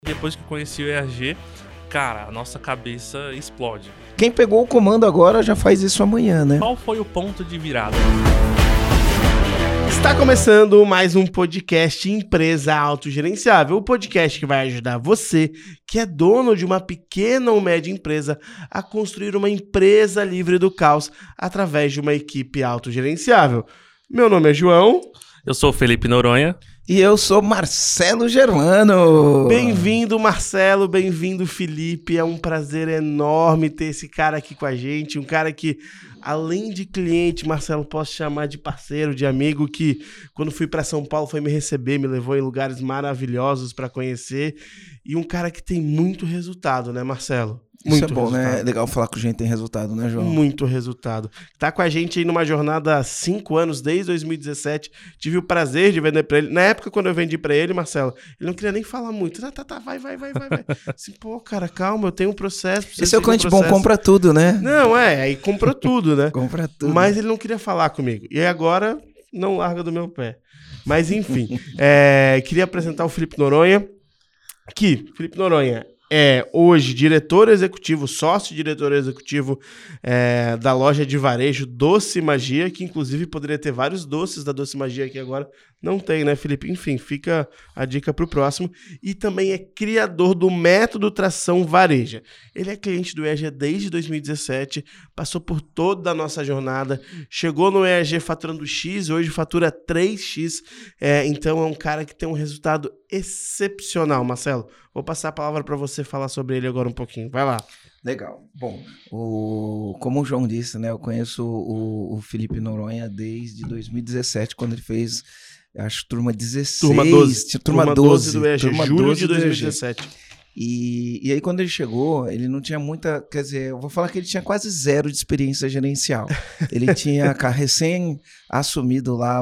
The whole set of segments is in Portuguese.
Depois que conheci o ERG, cara, a nossa cabeça explode. Quem pegou o comando agora já faz isso amanhã, né? Qual foi o ponto de virada? Está começando mais um podcast Empresa Autogerenciável, o podcast que vai ajudar você, que é dono de uma pequena ou média empresa, a construir uma empresa livre do caos através de uma equipe autogerenciável. Meu nome é João. Eu sou o Felipe Noronha. E eu sou Marcelo Germano. Bem-vindo, Marcelo, bem-vindo, Felipe. É um prazer enorme ter esse cara aqui com a gente, um cara que, além de cliente, Marcelo, posso chamar de parceiro, de amigo, que quando fui para São Paulo foi me receber, me levou em lugares maravilhosos para conhecer, e um cara que tem muito resultado, né, Marcelo? Muito Isso é bom, resultado. né? É legal falar que gente tem resultado, né, João? Muito resultado. Tá com a gente aí numa jornada há 5 anos, desde 2017. Tive o prazer de vender pra ele. Na época, quando eu vendi pra ele, Marcelo, ele não queria nem falar muito. Tá, vai. Assim, pô, cara, calma, eu tenho um processo. Esse é o cliente bom, compra tudo, né? Não, aí comprou tudo, né? Compra tudo. Mas ele não queria falar comigo. E agora, não larga do meu pé. Mas, enfim, queria apresentar o Felipe Noronha. Felipe Noronha é hoje diretor executivo, sócio-diretor executivo da loja de varejo Doce Magia, que inclusive poderia ter vários doces da Doce Magia aqui agora. Não tem, né, Felipe? Enfim, fica a dica para o próximo. E também é criador do método Tração Vareja. Ele é cliente do ERG desde 2017, passou por toda a nossa jornada, chegou no ERG faturando X, hoje fatura 3X. Então é um cara que tem um resultado excepcional, Marcelo. Vou passar a palavra para você falar sobre ele agora um pouquinho. Vai lá. Legal. Bom, como o João disse, né? Eu conheço o Felipe Noronha desde 2017, quando ele fez, acho, turma 16. Turma 12 do ERG, julho de 2017. E aí, quando ele chegou, ele não tinha muita... Quer dizer, eu vou falar que ele tinha quase zero de experiência gerencial. Ele tinha recém-assumido lá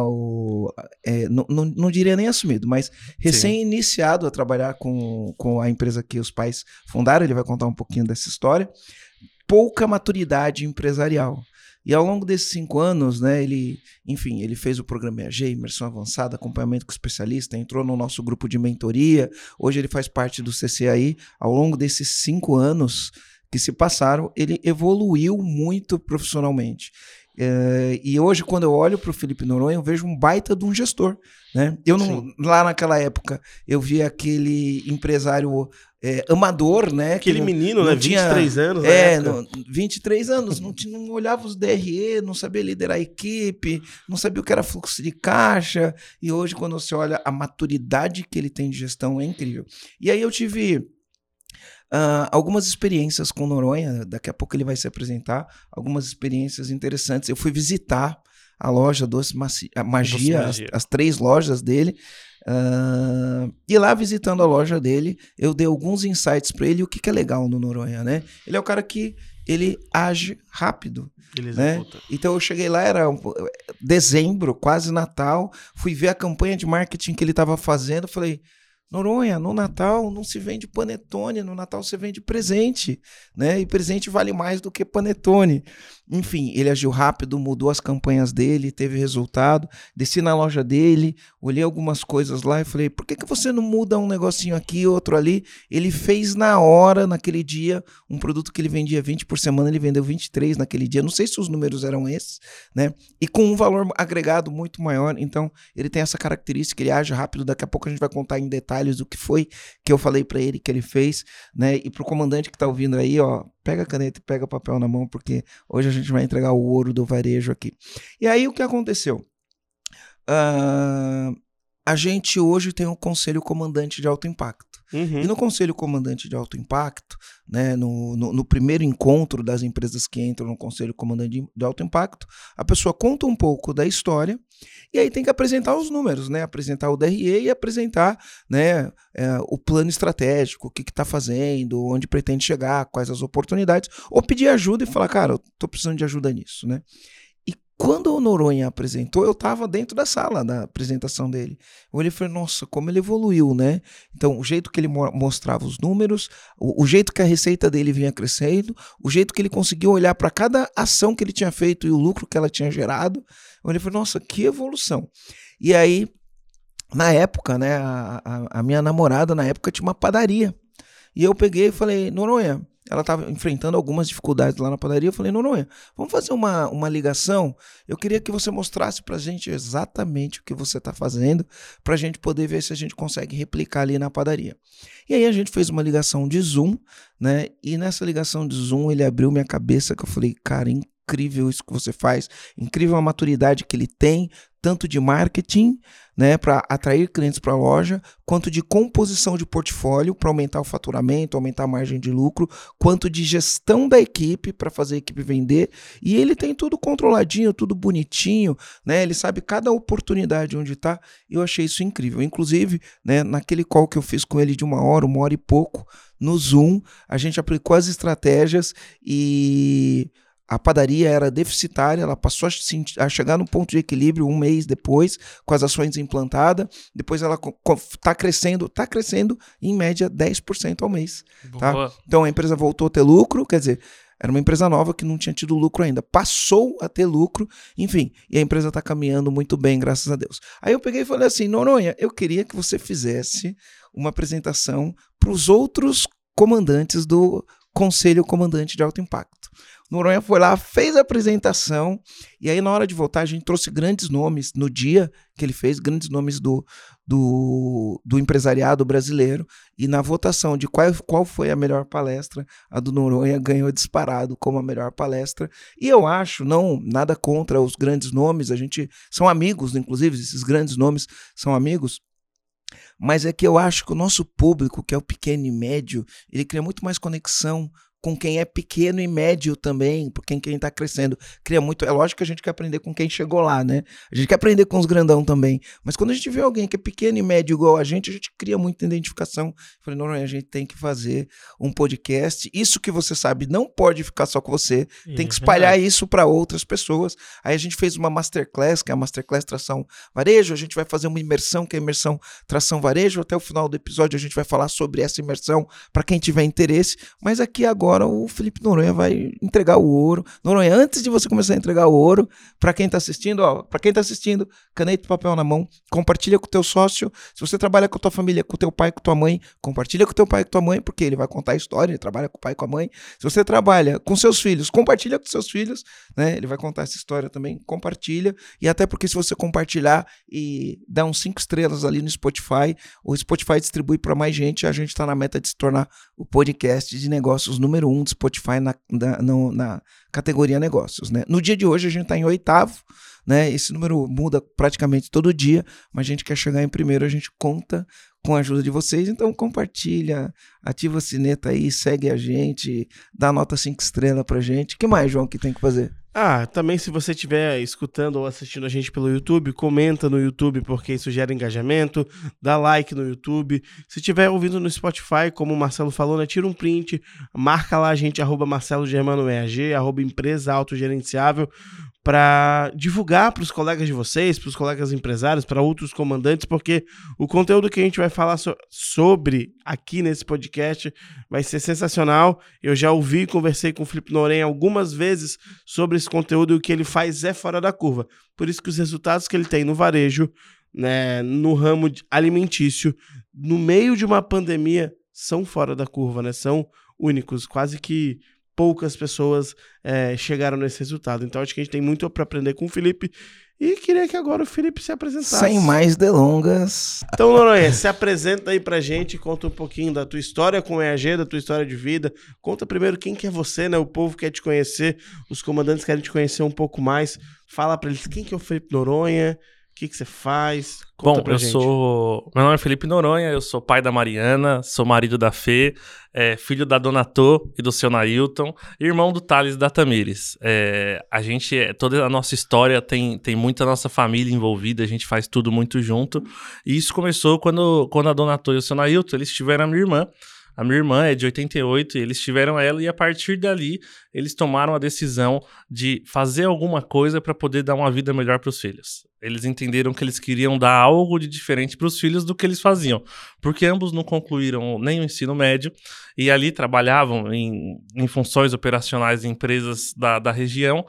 não diria nem assumido, mas recém-iniciado a trabalhar com a empresa que os pais fundaram. Ele vai contar um pouquinho dessa história. Pouca maturidade empresarial. E ao longo desses 5 anos, né, ele fez o programa EAG, imersão avançada, acompanhamento com especialista, entrou no nosso grupo de mentoria, hoje ele faz parte do CCAI. Ao longo desses 5 anos que se passaram, ele evoluiu muito profissionalmente. E hoje, quando eu olho para o Felipe Noronha, eu vejo um baita de um gestor, né? Lá naquela época, eu vi aquele empresário amador, né? Aquele menino, né? 23 anos, né? 23 anos, não olhava os DRE, não sabia liderar a equipe, não sabia o que era fluxo de caixa. E hoje, quando você olha a maturidade que ele tem de gestão, é incrível. E aí eu tive algumas experiências com o Noronha, daqui a pouco ele vai se apresentar, algumas experiências interessantes. Eu fui visitar a loja Doce Magia, as 3 lojas dele, e lá visitando a loja dele, eu dei alguns insights para ele. O que é legal no Noronha, né? Ele é o cara que ele age rápido. Né? Então eu cheguei lá, era dezembro, quase Natal, fui ver a campanha de marketing que ele estava fazendo, falei: Noronha, no Natal não se vende panetone, no Natal você vende presente, né? E presente vale mais do que panetone. Enfim, ele agiu rápido, mudou as campanhas dele, teve resultado. Desci na loja dele, olhei algumas coisas lá e falei: por que você não muda um negocinho aqui, outro ali? Ele fez na hora, naquele dia, um produto que ele vendia 20 por semana, ele vendeu 23 naquele dia. Não sei se os números eram esses, né? E com um valor agregado muito maior. Então, ele tem essa característica, ele age rápido. Daqui a pouco a gente vai contar em detalhes do que foi que eu falei para ele que ele fez, né? E pro comandante que tá ouvindo aí, ó, pega a caneta e pega o papel na mão, porque hoje a gente vai entregar o ouro do varejo aqui. E aí o que aconteceu? A gente hoje tem um conselho comandante de alto impacto. E no conselho comandante de alto impacto, né, no primeiro encontro das empresas que entram no conselho comandante de alto impacto, a pessoa conta um pouco da história e aí tem que apresentar os números, né, apresentar o DRE e apresentar, né, o plano estratégico, o que está fazendo, onde pretende chegar, quais as oportunidades, ou pedir ajuda e falar: cara, eu estou precisando de ajuda nisso, né? Quando o Noronha apresentou, eu estava dentro da sala da apresentação dele. Eu olhei e falei: nossa, como ele evoluiu, né? Então, o jeito que ele mostrava os números, o jeito que a receita dele vinha crescendo, o jeito que ele conseguiu olhar para cada ação que ele tinha feito e o lucro que ela tinha gerado. Eu olhei e falei: nossa, que evolução. E aí, na época, né, a minha namorada na época tinha uma padaria. E eu peguei e falei, Noronha, ela estava enfrentando algumas dificuldades lá na padaria. Eu falei, Noronha, vamos fazer uma ligação? Eu queria que você mostrasse pra gente exatamente o que você está fazendo, pra gente poder ver se a gente consegue replicar ali na padaria. E aí a gente fez uma ligação de Zoom, né? E nessa ligação de Zoom ele abriu minha cabeça, que eu falei, cara, incrível isso que você faz, incrível a maturidade que ele tem, tanto de marketing, né, para atrair clientes para a loja, quanto de composição de portfólio para aumentar o faturamento, aumentar a margem de lucro, quanto de gestão da equipe para fazer a equipe vender. E ele tem tudo controladinho, tudo bonitinho, né? Ele sabe cada oportunidade onde está. Eu achei isso incrível. Inclusive, né, naquele call que eu fiz com ele de 1 hora e pouco, no Zoom, a gente aplicou as estratégias e a padaria era deficitária, ela passou a chegar no ponto de equilíbrio 1 mês depois, com as ações implantadas. Depois ela está crescendo em média 10% ao mês. Tá? Então a empresa voltou a ter lucro, quer dizer, era uma empresa nova que não tinha tido lucro ainda. Passou a ter lucro, enfim, e a empresa está caminhando muito bem, graças a Deus. Aí eu peguei e falei assim, Noronha, eu queria que você fizesse uma apresentação para os outros comandantes do Conselho Comandante de Alto Impacto. Noronha foi lá, fez a apresentação, e aí na hora de votar a gente trouxe grandes nomes, no dia que ele fez, grandes nomes do empresariado brasileiro, e na votação de qual foi a melhor palestra, a do Noronha ganhou disparado como a melhor palestra. E eu acho, não nada contra os grandes nomes, a gente são amigos, inclusive esses grandes nomes são amigos, mas é que eu acho que o nosso público, que é o pequeno e médio, ele cria muito mais conexão com quem é pequeno e médio também, porque quem está crescendo cria muito. É lógico que a gente quer aprender com quem chegou lá, né? A gente quer aprender com os grandão também. Mas quando a gente vê alguém que é pequeno e médio igual a gente cria muita identificação. Eu falei, não, a gente tem que fazer um podcast. Isso que você sabe não pode ficar só com você, tem que espalhar isso para outras pessoas. Aí a gente fez uma masterclass, que é a Masterclass Tração Varejo. A gente vai fazer uma imersão, que é a imersão Tração Varejo. Até o final do episódio a gente vai falar sobre essa imersão para quem tiver interesse. Mas aqui agora o Felipe Noronha vai entregar o ouro. Noronha, antes de você começar a entregar o ouro, para quem tá assistindo, caneta e papel na mão, compartilha com o teu sócio. Se você trabalha com a tua família, com o teu pai, com tua mãe, compartilha com o teu pai e com tua mãe, porque ele vai contar a história, ele trabalha com o pai e com a mãe. Se você trabalha com seus filhos, compartilha com seus filhos, né? Ele vai contar essa história também, compartilha. E até porque se você compartilhar e dar uns 5 estrelas ali no Spotify, o Spotify distribui para mais gente, a gente tá na meta de se tornar o podcast de negócios número 1 do Spotify na categoria negócios, né? No dia de hoje a gente está em 8º, né? Esse número muda praticamente todo dia, mas a gente quer chegar em primeiro, a gente conta com a ajuda de vocês, então compartilha, ativa a sineta aí, segue a gente, dá nota 5 estrelas pra gente. O que mais, João, que tem que fazer? Também se você estiver escutando ou assistindo a gente pelo YouTube, comenta no YouTube, porque isso gera engajamento, dá like no YouTube. Se estiver ouvindo no Spotify, como o Marcelo falou, né, tira um print, marca lá a gente, @MarceloGermanoEAG, @empresa autogerenciável, para divulgar para os colegas de vocês, para os colegas empresários, para outros comandantes, porque o conteúdo que a gente vai falar sobre aqui nesse podcast vai ser sensacional. Eu já ouvi e conversei com o Felipe Noronha algumas vezes sobre esse conteúdo e o que ele faz é fora da curva. Por isso que os resultados que ele tem no varejo, né, no ramo alimentício, no meio de uma pandemia, são fora da curva, né? São únicos, quase que poucas pessoas chegaram nesse resultado. Então acho que a gente tem muito para aprender com o Felipe e queria que agora o Felipe se apresentasse. Sem mais delongas. Então, Noronha, se apresenta aí pra gente, conta um pouquinho da tua história com o EAG, da tua história de vida. Conta primeiro quem que é você, né? O povo quer te conhecer, os comandantes querem te conhecer um pouco mais. Fala pra eles quem que é o Felipe Noronha, o que você faz. Conta pra gente. Meu nome é Felipe Noronha, eu sou pai da Mariana, sou marido da Fê, filho da Dona Tô e do seu Nailton, irmão do Thales e da Tamires. Toda a nossa história tem muita nossa família envolvida, a gente faz tudo muito junto. E isso começou quando a Dona Tô e o seu Nailton, eles tiveram a minha irmã. A minha irmã é de 88 e eles tiveram ela, e a partir dali eles tomaram a decisão de fazer alguma coisa para poder dar uma vida melhor para os filhos. Eles entenderam que eles queriam dar algo de diferente para os filhos do que eles faziam, porque ambos não concluíram nem o ensino médio e ali trabalhavam em funções operacionais em empresas da região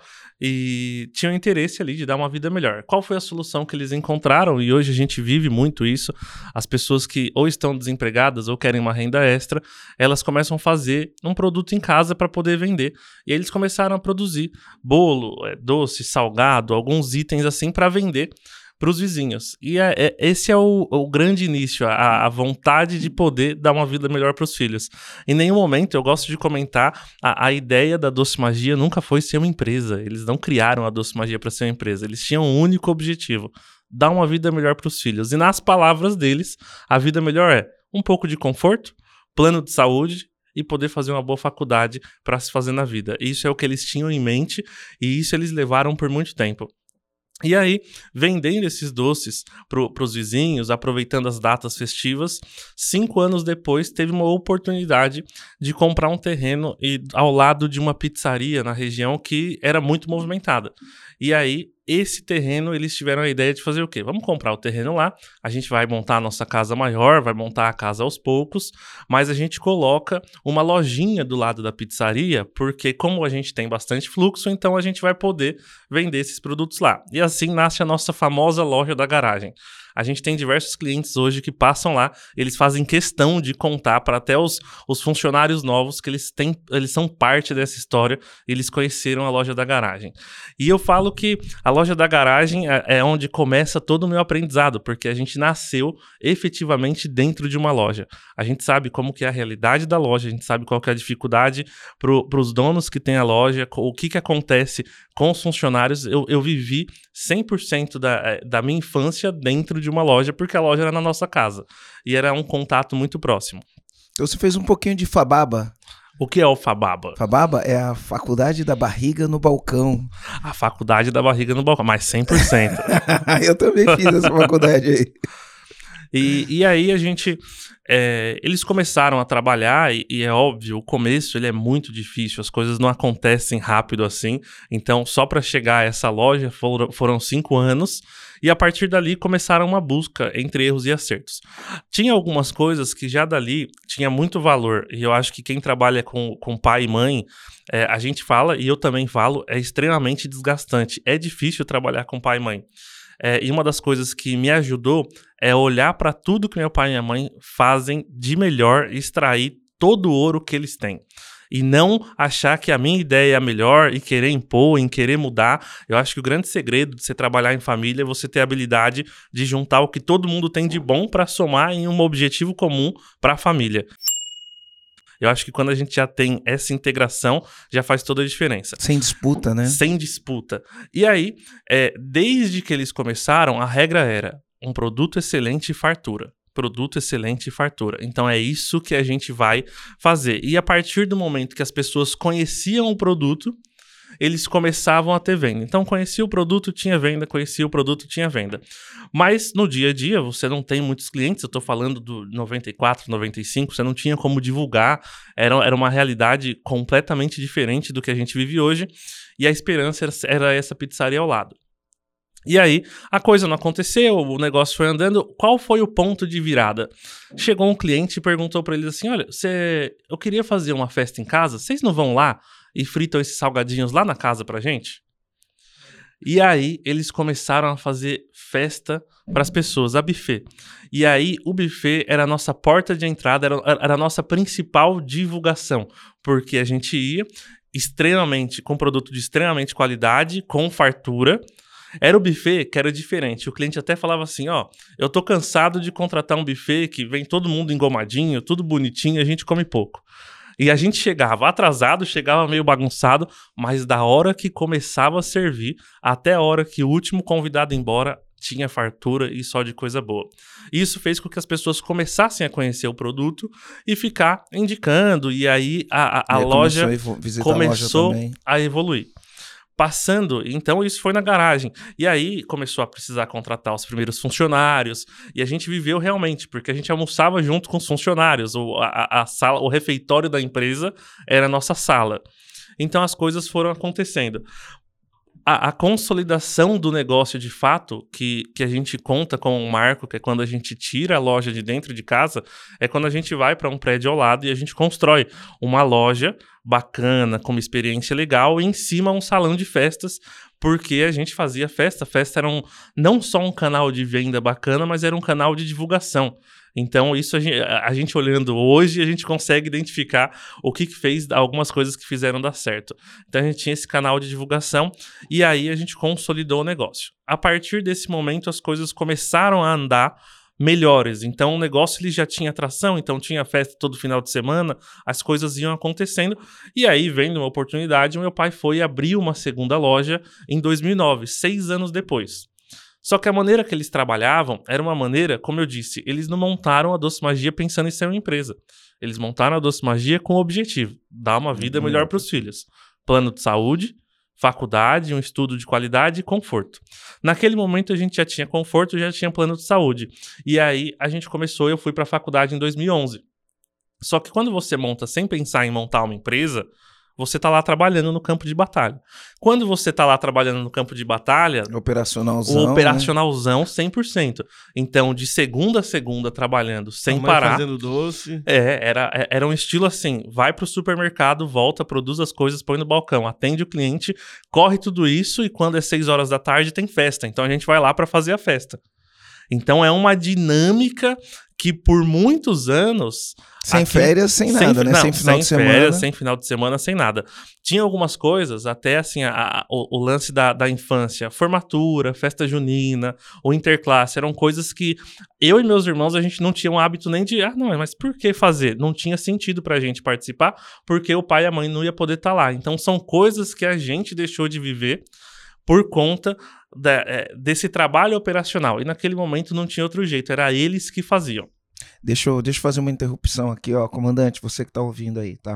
e tinham interesse ali de dar uma vida melhor. Qual foi a solução que eles encontraram? E hoje a gente vive muito isso. As pessoas que ou estão desempregadas ou querem uma renda extra, elas começam a fazer um produto em casa para poder vender. E aí eles começaram a produzir bolo, doce, salgado, alguns itens assim para vender para os vizinhos. E esse é o grande início, a vontade de poder dar uma vida melhor para os filhos. Em nenhum momento, eu gosto de comentar, a ideia da Doce Magia nunca foi ser uma empresa. Eles não criaram a Doce Magia para ser uma empresa. Eles tinham um único objetivo, dar uma vida melhor para os filhos. E nas palavras deles, a vida melhor é um pouco de conforto, plano de saúde e poder fazer uma boa faculdade para se fazer na vida. Isso é o que eles tinham em mente e isso eles levaram por muito tempo. E aí, vendendo esses doces para os vizinhos, aproveitando as datas festivas, 5 anos depois teve uma oportunidade de comprar um terreno ao lado de uma pizzaria na região que era muito movimentada. E aí, esse terreno, eles tiveram a ideia de fazer o quê? Vamos comprar o terreno lá, a gente vai montar a nossa casa maior, vai montar a casa aos poucos, mas a gente coloca uma lojinha do lado da pizzaria, porque como a gente tem bastante fluxo, então a gente vai poder vender esses produtos lá. E assim nasce a nossa famosa loja da garagem. A gente tem diversos clientes hoje que passam lá, eles fazem questão de contar para até os funcionários novos que eles são parte dessa história, eles conheceram a loja da garagem. E eu falo que a loja da garagem é onde começa todo o meu aprendizado, porque a gente nasceu efetivamente dentro de uma loja. A gente sabe como que é a realidade da loja, a gente sabe qual que é a dificuldade para os donos que têm a loja, o que acontece com os funcionários. Eu vivi 100% da minha infância dentro de uma loja, porque a loja era na nossa casa. E era um contato muito próximo. Então você fez um pouquinho de Fababa. O que é o Fababa? Fababa é a faculdade da barriga no balcão. A faculdade da barriga no balcão, mas 100%. Eu também fiz essa faculdade aí. E aí a gente... eles começaram a trabalhar e é óbvio, o começo ele é muito difícil, as coisas não acontecem rápido assim, então só para chegar a essa loja foram 5 anos e a partir dali começaram uma busca entre erros e acertos. Tinha algumas coisas que já dali tinha muito valor e eu acho que quem trabalha com pai e mãe, a gente fala e eu também falo, é extremamente desgastante, é difícil trabalhar com pai e mãe. E uma das coisas que me ajudou é olhar para tudo que meu pai e minha mãe fazem de melhor e extrair todo o ouro que eles têm. E não achar que a minha ideia é a melhor e querer impor, em querer mudar. Eu acho que o grande segredo de você trabalhar em família é você ter a habilidade de juntar o que todo mundo tem de bom para somar em um objetivo comum para a família. Eu acho que quando a gente já tem essa integração, já faz toda a diferença. Sem disputa, né? Sem disputa. E aí, desde que eles começaram, a regra era um produto excelente e fartura. Produto excelente e fartura. Então é isso que a gente vai fazer. E a partir do momento que as pessoas conheciam o produto, eles começavam a ter venda. Então, conhecia o produto, tinha venda, conhecia o produto, tinha venda. Mas, no dia a dia, você não tem muitos clientes, eu estou falando do 94, 95, você não tinha como divulgar, era uma realidade completamente diferente do que a gente vive hoje, e a esperança era essa pizzaria ao lado. E aí, a coisa não aconteceu, o negócio foi andando. Qual foi o ponto de virada? Chegou um cliente e perguntou para eles assim, olha, eu queria fazer uma festa em casa, vocês não vão lá e fritam esses salgadinhos lá na casa pra gente? E aí, eles começaram a fazer festa para as pessoas, a buffet. E aí, o buffet era a nossa porta de entrada, era a nossa principal divulgação, porque a gente ia com produto de extremamente qualidade, com fartura. Era o buffet que era diferente. O cliente até falava assim, eu tô cansado de contratar um buffet que vem todo mundo engomadinho, tudo bonitinho, a gente come pouco. E a gente chegava atrasado, chegava meio bagunçado, mas da hora que começava a servir, até a hora que o último convidado ia embora, tinha fartura e só de coisa boa. Isso fez com que as pessoas começassem a conhecer o produto e ficar indicando, e aí a loja começou a evoluir. Passando, então isso foi na garagem. E aí começou a precisar contratar os primeiros funcionários. E a gente viveu realmente, porque a gente almoçava junto com os funcionários. A sala, o refeitório da empresa era a nossa sala. Então as coisas foram acontecendo. A consolidação do negócio de fato, que a gente conta com um marco, que é quando a gente tira a loja de dentro de casa, é quando a gente vai para um prédio ao lado e a gente constrói uma loja bacana, com uma experiência legal, e em cima um salão de festas, porque a gente fazia festa. Festa era não só um canal de venda bacana, mas era um canal de divulgação. Então, isso a gente olhando hoje, a gente consegue identificar o que fez, algumas coisas que fizeram dar certo. Então, a gente tinha esse canal de divulgação e aí a gente consolidou o negócio. A partir desse momento, as coisas começaram a andar melhores. Então, o negócio ele já tinha atração, então tinha festa todo final de semana, as coisas iam acontecendo. E aí, vendo uma oportunidade, o meu pai foi e abriu uma segunda loja em 2009, 6 anos depois. Só que a maneira que eles trabalhavam era uma maneira, como eu disse, eles não montaram a Doce Magia pensando em ser uma empresa. Eles montaram a Doce Magia com o objetivo, dar uma vida melhor para os filhos. Plano de saúde, faculdade, um estudo de qualidade e conforto. Naquele momento a gente já tinha conforto, já tinha plano de saúde. E aí a gente começou, eu fui para a faculdade em 2011. Só que quando você monta sem pensar em montar uma empresa, você tá lá trabalhando no campo de batalha. Quando você tá lá trabalhando no campo de batalha... Operacionalzão, 100%. Então, de segunda a segunda, trabalhando sem parar... fazendo doce. Era um estilo assim, vai pro supermercado, volta, produz as coisas, põe no balcão, atende o cliente, corre tudo isso e quando é 6 horas da tarde tem festa. Então, a gente vai lá para fazer a festa. Então, é uma dinâmica que por muitos anos... Sem férias, sem nada, né? Sem final de semana. Sem férias, sem final de semana, sem nada. Tinha algumas coisas, até assim, o lance da infância, formatura, festa junina, o interclasse, eram coisas que eu e meus irmãos, a gente não tinha um hábito nem de, não, mas por que fazer? Não tinha sentido pra gente participar, porque o pai e a mãe não ia poder estar lá. Então, são coisas que a gente deixou de viver por conta desse trabalho operacional. E naquele momento não tinha outro jeito, era eles que faziam. Deixa eu fazer uma interrupção aqui, ó, comandante, você que tá ouvindo aí, tá?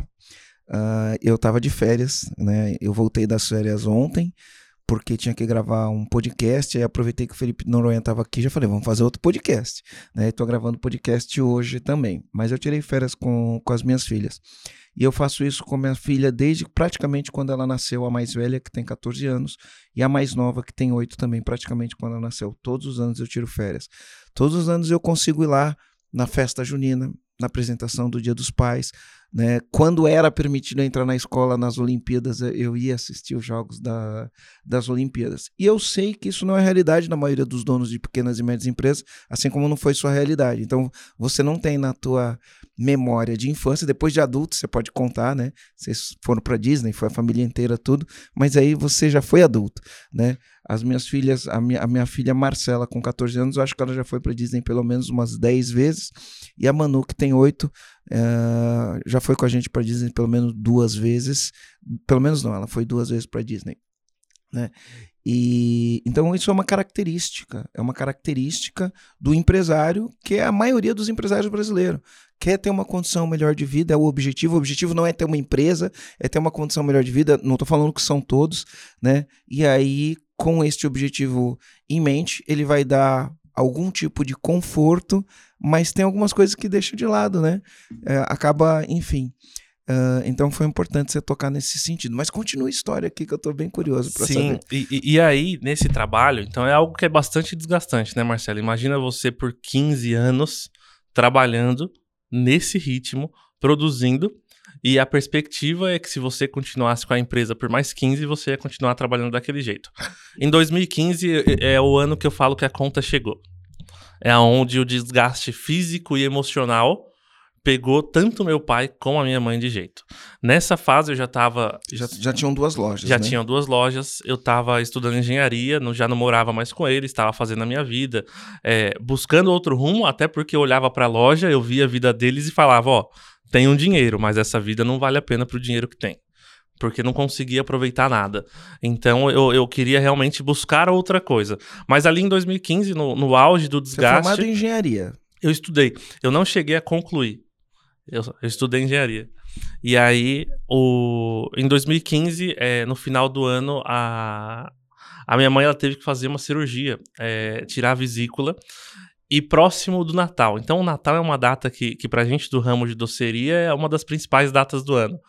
Eu tava de férias, né? Eu voltei das férias ontem, porque tinha que gravar um podcast, aí aproveitei que o Felipe Noronha tava aqui, já falei, vamos fazer outro podcast, né? Tô gravando podcast hoje também, mas eu tirei férias com as minhas filhas. E eu faço isso com minha filha desde praticamente quando ela nasceu, a mais velha, que tem 14 anos, e a mais nova, que tem 8 também, praticamente quando ela nasceu. Todos os anos eu tiro férias. Todos os anos eu consigo ir lá na festa junina, na apresentação do Dia dos Pais, né? Quando era permitido entrar na escola nas Olimpíadas, eu ia assistir os jogos das Olimpíadas. E eu sei que isso não é realidade na maioria dos donos de pequenas e médias empresas, assim como não foi sua realidade. Então, você não tem na tua memória de infância, depois de adulto, você pode contar, né? Vocês foram para Disney, foi a família inteira, tudo, mas aí você já foi adulto, né? As minhas filhas, a minha filha Marcela, com 14 anos, eu acho que ela já foi para Disney pelo menos umas 10 vezes, e a Manu, que tem 8, já foi com a gente para Disney pelo menos 2 vezes, pelo menos não, ela foi 2 vezes para Disney, né? E então isso é uma característica do empresário, que é a maioria dos empresários brasileiros. Quer ter uma condição melhor de vida, é o objetivo. O objetivo não é ter uma empresa, é ter uma condição melhor de vida. Não estou falando que são todos, né? E aí, com este objetivo em mente, ele vai dar algum tipo de conforto, mas tem algumas coisas que deixa de lado, né? Acaba, enfim. Então foi importante você tocar nesse sentido. Mas continua a história aqui, que eu tô bem curioso para saber. Sim, e aí, nesse trabalho, então é algo que é bastante desgastante, né, Marcelo? Imagina você por 15 anos trabalhando nesse ritmo, produzindo, e a perspectiva é que se você continuasse com a empresa por mais 15, você ia continuar trabalhando daquele jeito. Em 2015 é o ano que eu falo que a conta chegou. É onde o desgaste físico e emocional pegou tanto meu pai como a minha mãe de jeito. Nessa fase eu já tava... Já tinham 2 lojas, Já né? tinham 2 lojas, eu tava estudando engenharia, já não morava mais com eles, estava fazendo a minha vida, buscando outro rumo, até porque eu olhava pra loja, eu via a vida deles e falava, ó, tem um dinheiro, mas essa vida não vale a pena pro dinheiro que tem. Porque não conseguia aproveitar nada. Então eu queria realmente buscar outra coisa. Mas ali em 2015, no auge do desgaste... Você é formado em engenharia. Eu estudei. Eu não cheguei a concluir. Eu estudei engenharia. E aí, em 2015, no final do ano, a minha mãe ela teve que fazer uma cirurgia, tirar a vesícula, e próximo do Natal. Então, o Natal é uma data que pra gente do ramo de doceria é uma das principais datas do ano.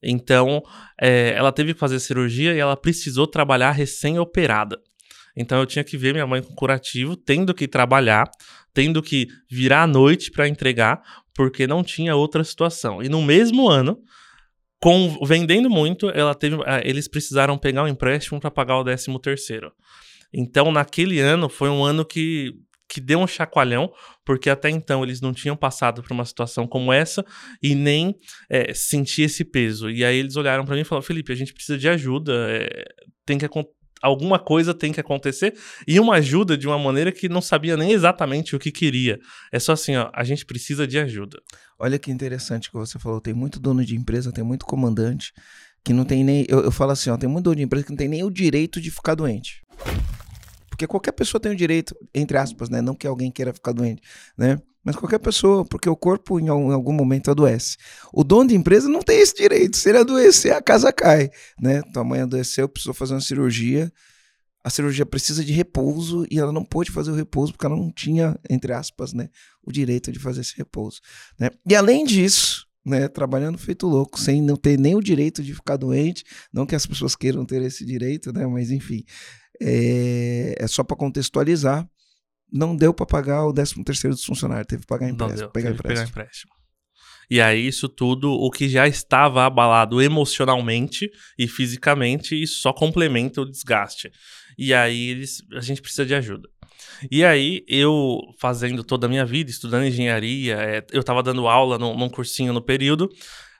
Então, ela teve que fazer cirurgia e ela precisou trabalhar recém-operada. Então, eu tinha que ver minha mãe com curativo, tendo que trabalhar, tendo que virar à noite para entregar, porque não tinha outra situação. E no mesmo ano, vendendo muito, eles precisaram pegar um empréstimo para pagar o 13º. Então, naquele ano, foi um ano que deu um chacoalhão, porque até então eles não tinham passado por uma situação como essa e nem sentir esse peso. E aí eles olharam para mim e falaram: Felipe, a gente precisa de ajuda, alguma coisa tem que acontecer, e uma ajuda de uma maneira que não sabia nem exatamente o que queria. É só assim, ó, a gente precisa de ajuda. Olha que interessante que você falou, tem muito dono de empresa, tem muito comandante que não tem nem, eu falo assim, ó, tem muito dono de empresa que não tem nem o direito de ficar doente. Porque qualquer pessoa tem o direito, entre aspas, né, não que alguém queira ficar doente, né? Mas qualquer pessoa, porque o corpo em algum momento adoece. O dono de empresa não tem esse direito. Se ele adoecer, a casa cai, né? Tua mãe adoeceu, precisou fazer uma cirurgia. A cirurgia precisa de repouso e ela não pôde fazer o repouso porque ela não tinha, entre aspas, né, o direito de fazer esse repouso, né? E além disso, né, trabalhando feito louco, sem não ter nem o direito de ficar doente, não que as pessoas queiram ter esse direito, né? Mas enfim, é só para contextualizar. Não deu para pagar o 13º dos funcionários, teve que pagar empréstimo. Pegar empréstimo. E aí isso tudo, o que já estava abalado emocionalmente e fisicamente, isso só complementa o desgaste. E aí a gente precisa de ajuda. E aí eu, fazendo toda a minha vida, estudando engenharia, eu estava dando aula num cursinho no período,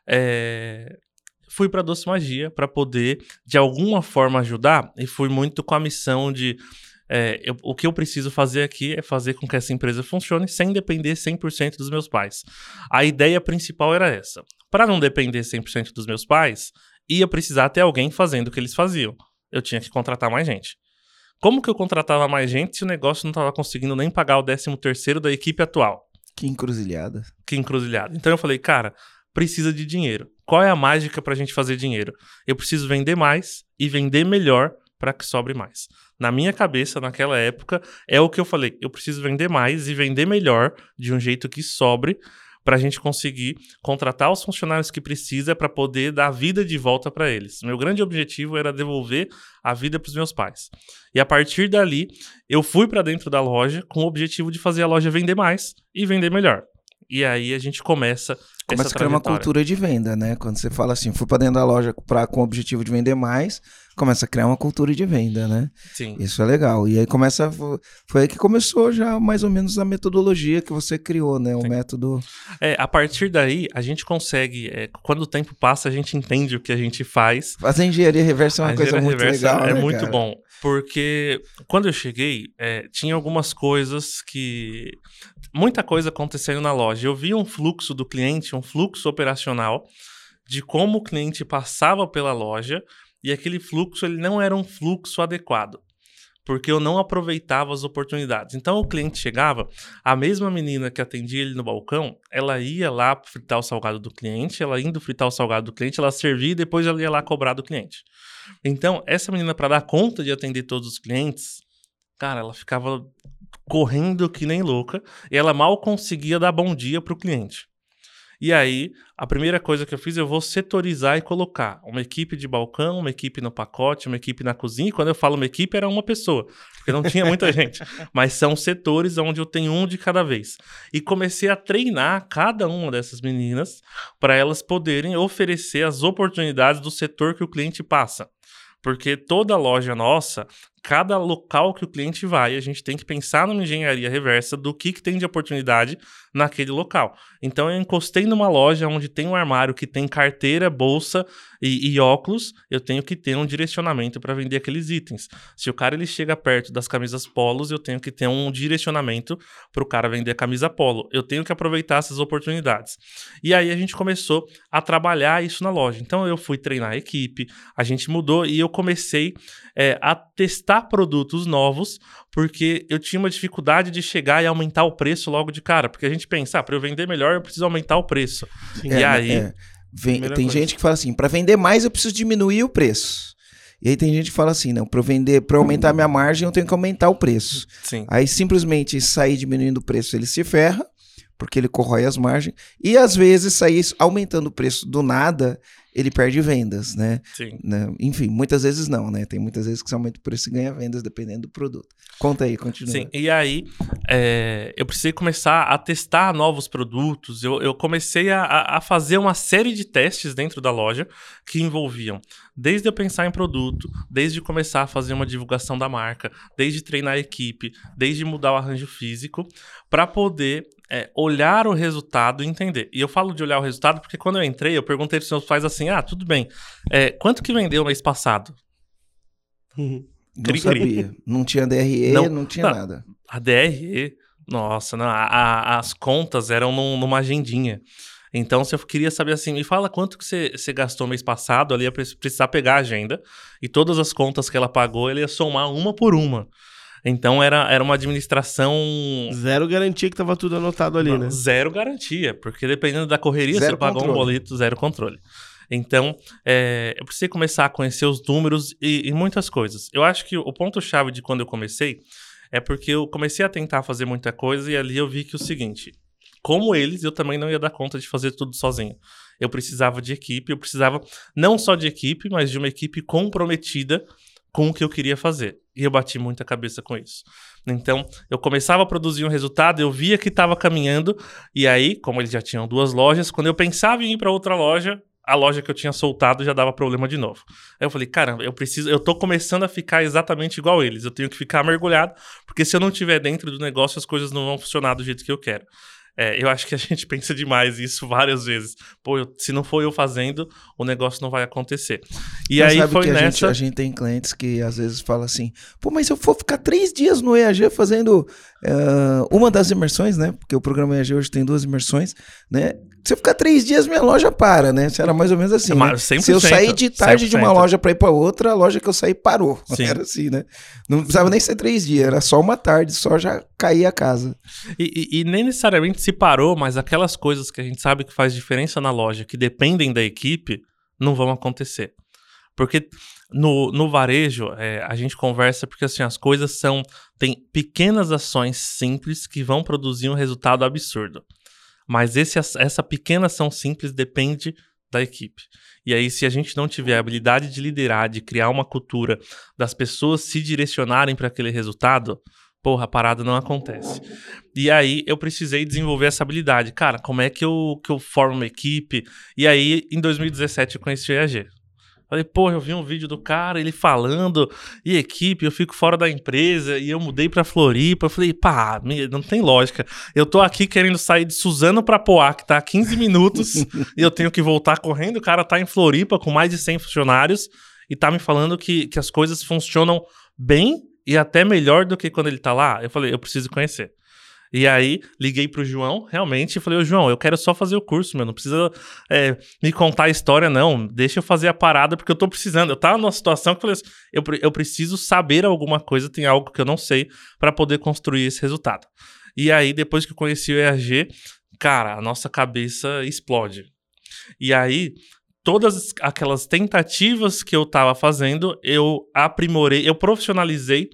fui para Doce Magia para poder, de alguma forma, ajudar, e fui muito com a missão de... o que eu preciso fazer aqui é fazer com que essa empresa funcione sem depender 100% dos meus pais. A ideia principal era essa. Para não depender 100% dos meus pais, ia precisar ter alguém fazendo o que eles faziam. Eu tinha que contratar mais gente. Como que eu contratava mais gente se o negócio não estava conseguindo nem pagar o 13º da equipe atual? Que encruzilhada. Então eu falei, cara, precisa de dinheiro. Qual é a mágica para a gente fazer dinheiro? Eu preciso vender mais e vender melhor para que sobre mais. Na minha cabeça, naquela época, é o que eu falei. Eu preciso vender mais e vender melhor de um jeito que sobre para a gente conseguir contratar os funcionários que precisa para poder dar a vida de volta para eles. Meu grande objetivo era devolver a vida para os meus pais. E a partir dali, eu fui para dentro da loja com o objetivo de fazer a loja vender mais e vender melhor. E aí a gente começa a criar uma cultura de venda, né? Quando você fala assim, fui para dentro da loja com o objetivo de vender mais, começa a criar uma cultura de venda, né? Sim. Isso é legal. E aí foi aí que começou já mais ou menos a metodologia que você criou, né? O Sim. método... A partir daí, a gente consegue, quando o tempo passa, a gente entende o que a gente faz. Fazer engenharia reversa é uma coisa muito legal, né, muito cara? bom. Porque quando eu cheguei, tinha algumas coisas que... Muita coisa acontecendo na loja. Eu vi um fluxo do cliente, um fluxo operacional de como o cliente passava pela loja e aquele fluxo ele não era um fluxo adequado, porque eu não aproveitava as oportunidades. Então o cliente chegava, a mesma menina que atendia ele no balcão, ela ia lá fritar o salgado do cliente, ela indo fritar o salgado do cliente, ela servia e depois ela ia lá cobrar do cliente. Então essa menina, para dar conta de atender todos os clientes, cara, ela ficava correndo que nem louca e ela mal conseguia dar bom dia pro cliente. E aí, a primeira coisa que eu fiz, eu vou setorizar e colocar uma equipe de balcão, uma equipe no pacote, uma equipe na cozinha. E quando eu falo uma equipe, era uma pessoa, porque não tinha muita gente. Mas são setores onde eu tenho um de cada vez. E comecei a treinar cada uma dessas meninas para elas poderem oferecer as oportunidades do setor que o cliente passa. Porque toda loja nossa, cada local que o cliente vai, a gente tem que pensar numa engenharia reversa do que tem de oportunidade naquele local. Então eu encostei numa loja onde tem um armário que tem carteira, bolsa e óculos, eu tenho que ter um direcionamento para vender aqueles itens. Se o cara ele chega perto das camisas polos, eu tenho que ter um direcionamento para o cara vender a camisa polo. Eu tenho que aproveitar essas oportunidades. E aí a gente começou a trabalhar isso na loja. Então eu fui treinar a equipe, a gente mudou e eu comecei a testar produtos novos, porque eu tinha uma dificuldade de chegar e aumentar o preço logo de cara, porque a gente pensa, para eu vender melhor eu preciso aumentar o preço. Sim. E aí... Tem gente que fala assim, para vender mais eu preciso diminuir o preço. E aí tem gente que fala assim, não, para eu aumentar minha margem eu tenho que aumentar o preço. Sim. Aí simplesmente sair diminuindo o preço ele se ferra, porque ele corrói as margens. E às vezes sair aumentando o preço do nada, ele perde vendas, né? Sim. Enfim, muitas vezes não, né? Tem muitas vezes que você aumenta o preço e ganha vendas dependendo do produto. Conta aí, continua. Sim, e aí eu precisei começar a testar novos produtos, eu comecei a fazer uma série de testes dentro da loja que envolviam desde eu pensar em produto, desde começar a fazer uma divulgação da marca, desde treinar a equipe, desde mudar o arranjo físico, para poder olhar o resultado e entender. E eu falo de olhar o resultado porque quando eu entrei, eu perguntei para os meus pais assim, tudo bem, quanto que vendeu mês passado? Não sabia. Não tinha DRE, não tinha nada. A DRE, nossa, não, as contas eram numa agendinha. Então, se eu queria saber assim, me fala quanto que você gastou mês passado, ali ia precisar pegar a agenda e todas as contas que ela pagou, ele ia somar uma por uma. Então, era uma administração... Zero garantia que tava tudo anotado ali, né? Zero garantia, porque dependendo da correria, Zero você pagou controle. um boleto, zero controle. Então, eu precisei começar a conhecer os números e muitas coisas. Eu acho que o ponto-chave de quando eu comecei é porque eu comecei a tentar fazer muita coisa e ali eu vi que o seguinte, como eles, eu também não ia dar conta de fazer tudo sozinho. Eu precisava de equipe, eu precisava não só de equipe, mas de uma equipe comprometida com o que eu queria fazer. E eu bati muita cabeça com isso. Então, eu começava a produzir um resultado, eu via que estava caminhando, e aí, como eles já tinham 2 lojas, quando eu pensava em ir para outra loja, a loja que eu tinha soltado já dava problema de novo. Aí eu falei, caramba, eu tô começando a ficar exatamente igual eles. Eu tenho que ficar mergulhado, porque se eu não estiver dentro do negócio, as coisas não vão funcionar do jeito que eu quero. Eu acho que a gente pensa demais isso várias vezes. Pô, se não for eu fazendo, o negócio não vai acontecer. E Mas aí sabe foi que nessa... a gente tem clientes que às vezes falam assim, pô, mas se eu for ficar 3 dias no EAG fazendo uma das imersões, né? Porque o programa EAG hoje tem 2 imersões, né? Se eu ficar 3 dias, minha loja para, né? Era mais ou menos assim, né? 100%, Se eu sair de tarde 100%. de uma loja para ir para outra, a loja que eu saí parou. Sim. Era assim, né? Não precisava nem ser 3 dias, era só uma tarde, só já caía a casa. E nem necessariamente se parou, mas aquelas coisas que a gente sabe que faz diferença na loja, que dependem da equipe, não vão acontecer. Porque no varejo, a gente conversa porque assim, as coisas tem pequenas ações simples que vão produzir um resultado absurdo. Mas essa pequena ação simples depende da equipe. E aí, se a gente não tiver a habilidade de liderar, de criar uma cultura, das pessoas se direcionarem para aquele resultado, porra, a parada não acontece. E aí, eu precisei desenvolver essa habilidade. Cara, como é que eu formo uma equipe? E aí, em 2017, eu conheci o EAG. Falei, porra, eu vi um vídeo do cara, ele falando, e equipe, eu fico fora da empresa, e eu mudei pra Floripa. Eu falei, pá, não tem lógica. Eu tô aqui querendo sair de Suzano pra Poá, que tá a 15 minutos, e eu tenho que voltar correndo. O cara tá em Floripa com mais de 100 funcionários, e tá me falando que as coisas funcionam bem e até melhor do que quando ele tá lá. Eu falei, eu preciso conhecer. E aí, liguei pro João, realmente, e falei, ô João, eu quero só fazer o curso, não precisa me contar a história, não. Deixa eu fazer a parada, porque eu tô precisando. Eu tava numa situação que eu falei assim, eu preciso saber alguma coisa, tem algo que eu não sei, para poder construir esse resultado. E aí, depois que eu conheci o EAG, cara, a nossa cabeça explode. E aí, todas aquelas tentativas que eu tava fazendo, eu aprimorei, eu profissionalizei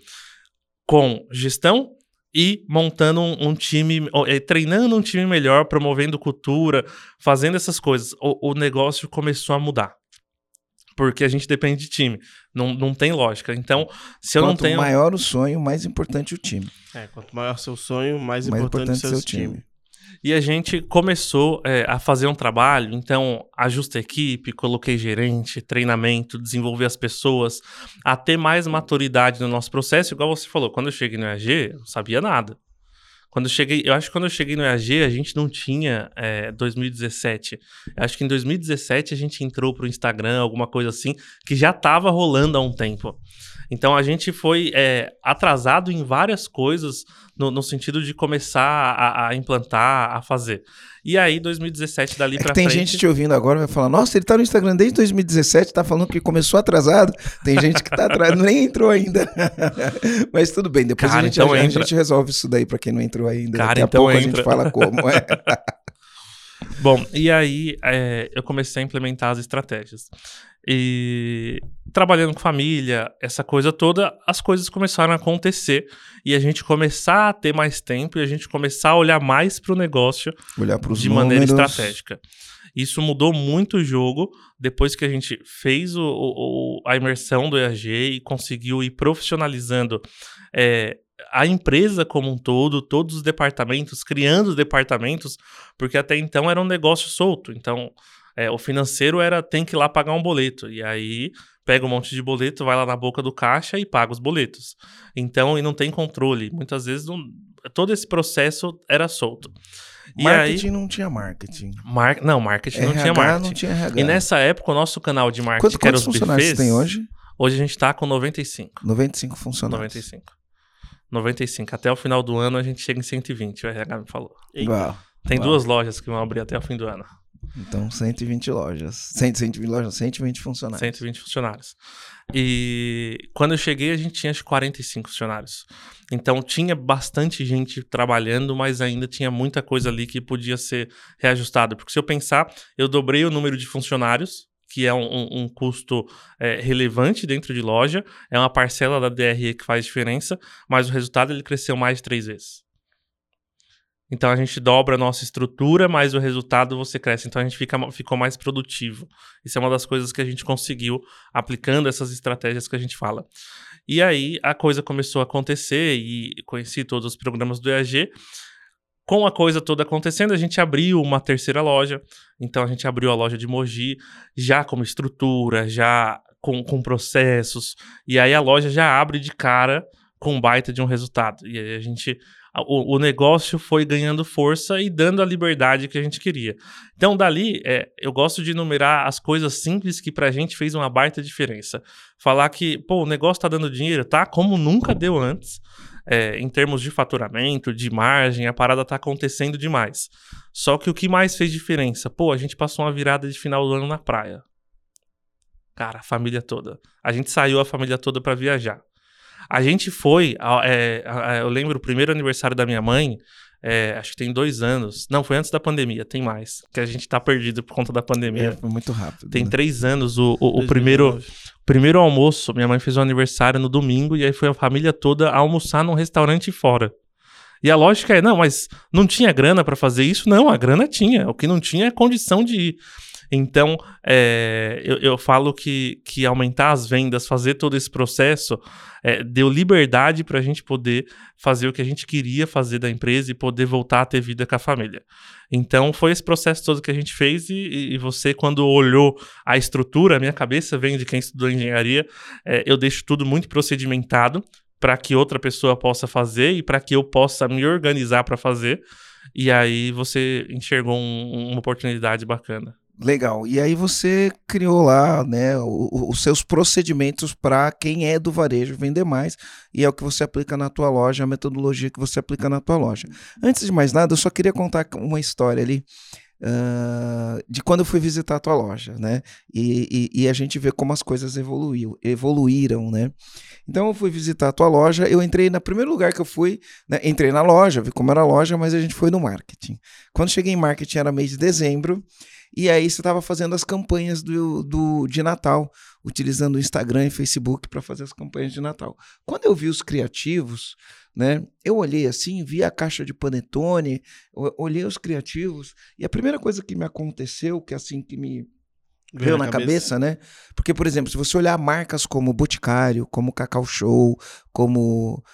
com gestão, e montando um time, treinando um time melhor, promovendo cultura, fazendo essas coisas. O negócio começou a mudar. Porque a gente depende de time. Não tem lógica. Então, se eu não tenho... Quanto maior o sonho, mais importante o time. Quanto maior o seu sonho, mais importante o seu time. E a gente começou a fazer um trabalho, então ajusta a equipe, coloquei gerente, treinamento, desenvolver as pessoas, a ter mais maturidade no nosso processo, igual você falou, quando eu cheguei no EAG, eu não sabia nada. Eu acho que quando eu cheguei no EAG, a gente não tinha 2017. Eu acho que em 2017 a gente entrou pro Instagram, alguma coisa assim, que já estava rolando há um tempo. Então a gente foi atrasado em várias coisas no sentido de começar a implantar, a fazer. E aí, 2017, dali pra tem frente... gente te ouvindo agora, vai falar, nossa, ele tá no Instagram desde 2017, tá falando que começou atrasado. Tem gente que tá atrás, nem entrou ainda. Mas tudo bem, depois cara, a gente resolve isso daí pra quem não entrou ainda. Cara, daqui a então pouco entra. A gente fala como. Bom, e aí eu comecei a implementar as estratégias. E trabalhando com família, essa coisa toda, as coisas começaram a acontecer e a gente começar a ter mais tempo e a gente começar a olhar mais para o negócio olhar pros de maneira números. estratégica. Isso mudou muito o jogo depois que a gente fez a imersão do EAG e conseguiu ir profissionalizando a empresa como um todo, todos os departamentos, criando os departamentos, porque até então era um negócio solto. Então, o financeiro tem que ir lá pagar um boleto. E aí, pega um monte de boleto, vai lá na boca do caixa e paga os boletos. Então, e não tem controle. Muitas vezes, todo esse processo era solto. Marketing não tinha marketing. Não, marketing não tinha marketing. Não tinha RH. E nessa época, o nosso canal de marketing, que era os funcionários buffets... você tem hoje? Hoje a gente tá com 95. 95 funcionários. 95. Até o final do ano a gente chega em 120, o RH me falou. Tem 2 lojas que vão abrir até o fim do ano. Então, 120 lojas. 120 lojas, 120 funcionários. 120 funcionários. E quando eu cheguei, a gente tinha acho 45 funcionários. Então, tinha bastante gente trabalhando, mas ainda tinha muita coisa ali que podia ser reajustada. Porque se eu pensar, eu dobrei o número de funcionários, que é um custo relevante dentro de loja, é uma parcela da DRE que faz diferença, mas o resultado ele cresceu mais de 3 vezes. Então a gente dobra a nossa estrutura, mas o resultado você cresce. Então a gente ficou mais produtivo. Isso é uma das coisas que a gente conseguiu aplicando essas estratégias que a gente fala. E aí a coisa começou a acontecer e conheci todos os programas do EAG. Com a coisa toda acontecendo, a gente abriu uma terceira loja. Então a gente abriu a loja de Mogi, já como estrutura, já com processos. E aí a loja já abre de cara com um baita de um resultado. E aí o negócio foi ganhando força e dando a liberdade que a gente queria. Então, dali, eu gosto de enumerar as coisas simples que pra gente fez uma baita diferença. Falar que, o negócio tá dando dinheiro, tá? Como nunca deu antes. Em termos de faturamento, de margem, a parada tá acontecendo demais. Só que o que mais fez diferença? A gente passou uma virada de final do ano na praia. Cara, a família toda. A gente saiu a família toda pra viajar. A gente foi, eu lembro o primeiro aniversário da minha mãe, acho que tem 2 anos. Não, foi antes da pandemia, tem mais. Que a gente tá perdido por conta da pandemia. Foi muito rápido. Tem 3 anos. O primeiro almoço, minha mãe fez um aniversário no domingo e aí foi a família toda almoçar num restaurante fora. E a lógica não, mas não tinha grana pra fazer isso? Não, a grana tinha. O que não tinha é condição de ir. Então, eu falo que aumentar as vendas, fazer todo esse processo, deu liberdade para a gente poder fazer o que a gente queria fazer da empresa e poder voltar a ter vida com a família. Então, foi esse processo todo que a gente fez e você, quando olhou a estrutura, a minha cabeça vem de quem estudou engenharia, eu deixo tudo muito procedimentado para que outra pessoa possa fazer e para que eu possa me organizar para fazer. E aí você enxergou uma oportunidade bacana. Legal. E aí você criou lá, né, os seus procedimentos para quem é do varejo vender mais, e é o que você aplica na tua loja, a metodologia que você aplica na tua loja. Antes de mais nada, eu só queria contar uma história ali de quando eu fui visitar a tua loja, né? E a gente vê como as coisas evoluíram, né? Então eu fui visitar a tua loja, eu entrei no primeiro lugar que eu fui, né, entrei na loja, vi como era a loja, mas a gente foi no marketing. Quando cheguei em marketing era mês de dezembro, e aí você estava fazendo as campanhas de Natal, utilizando o Instagram e Facebook para fazer as campanhas de Natal. Quando eu vi os criativos, né, eu olhei assim, vi a caixa de panetone, olhei os criativos, e a primeira coisa que me aconteceu, que assim que me veio na cabeça, né? Porque, por exemplo, se você olhar marcas como Boticário, como Cacau Show, como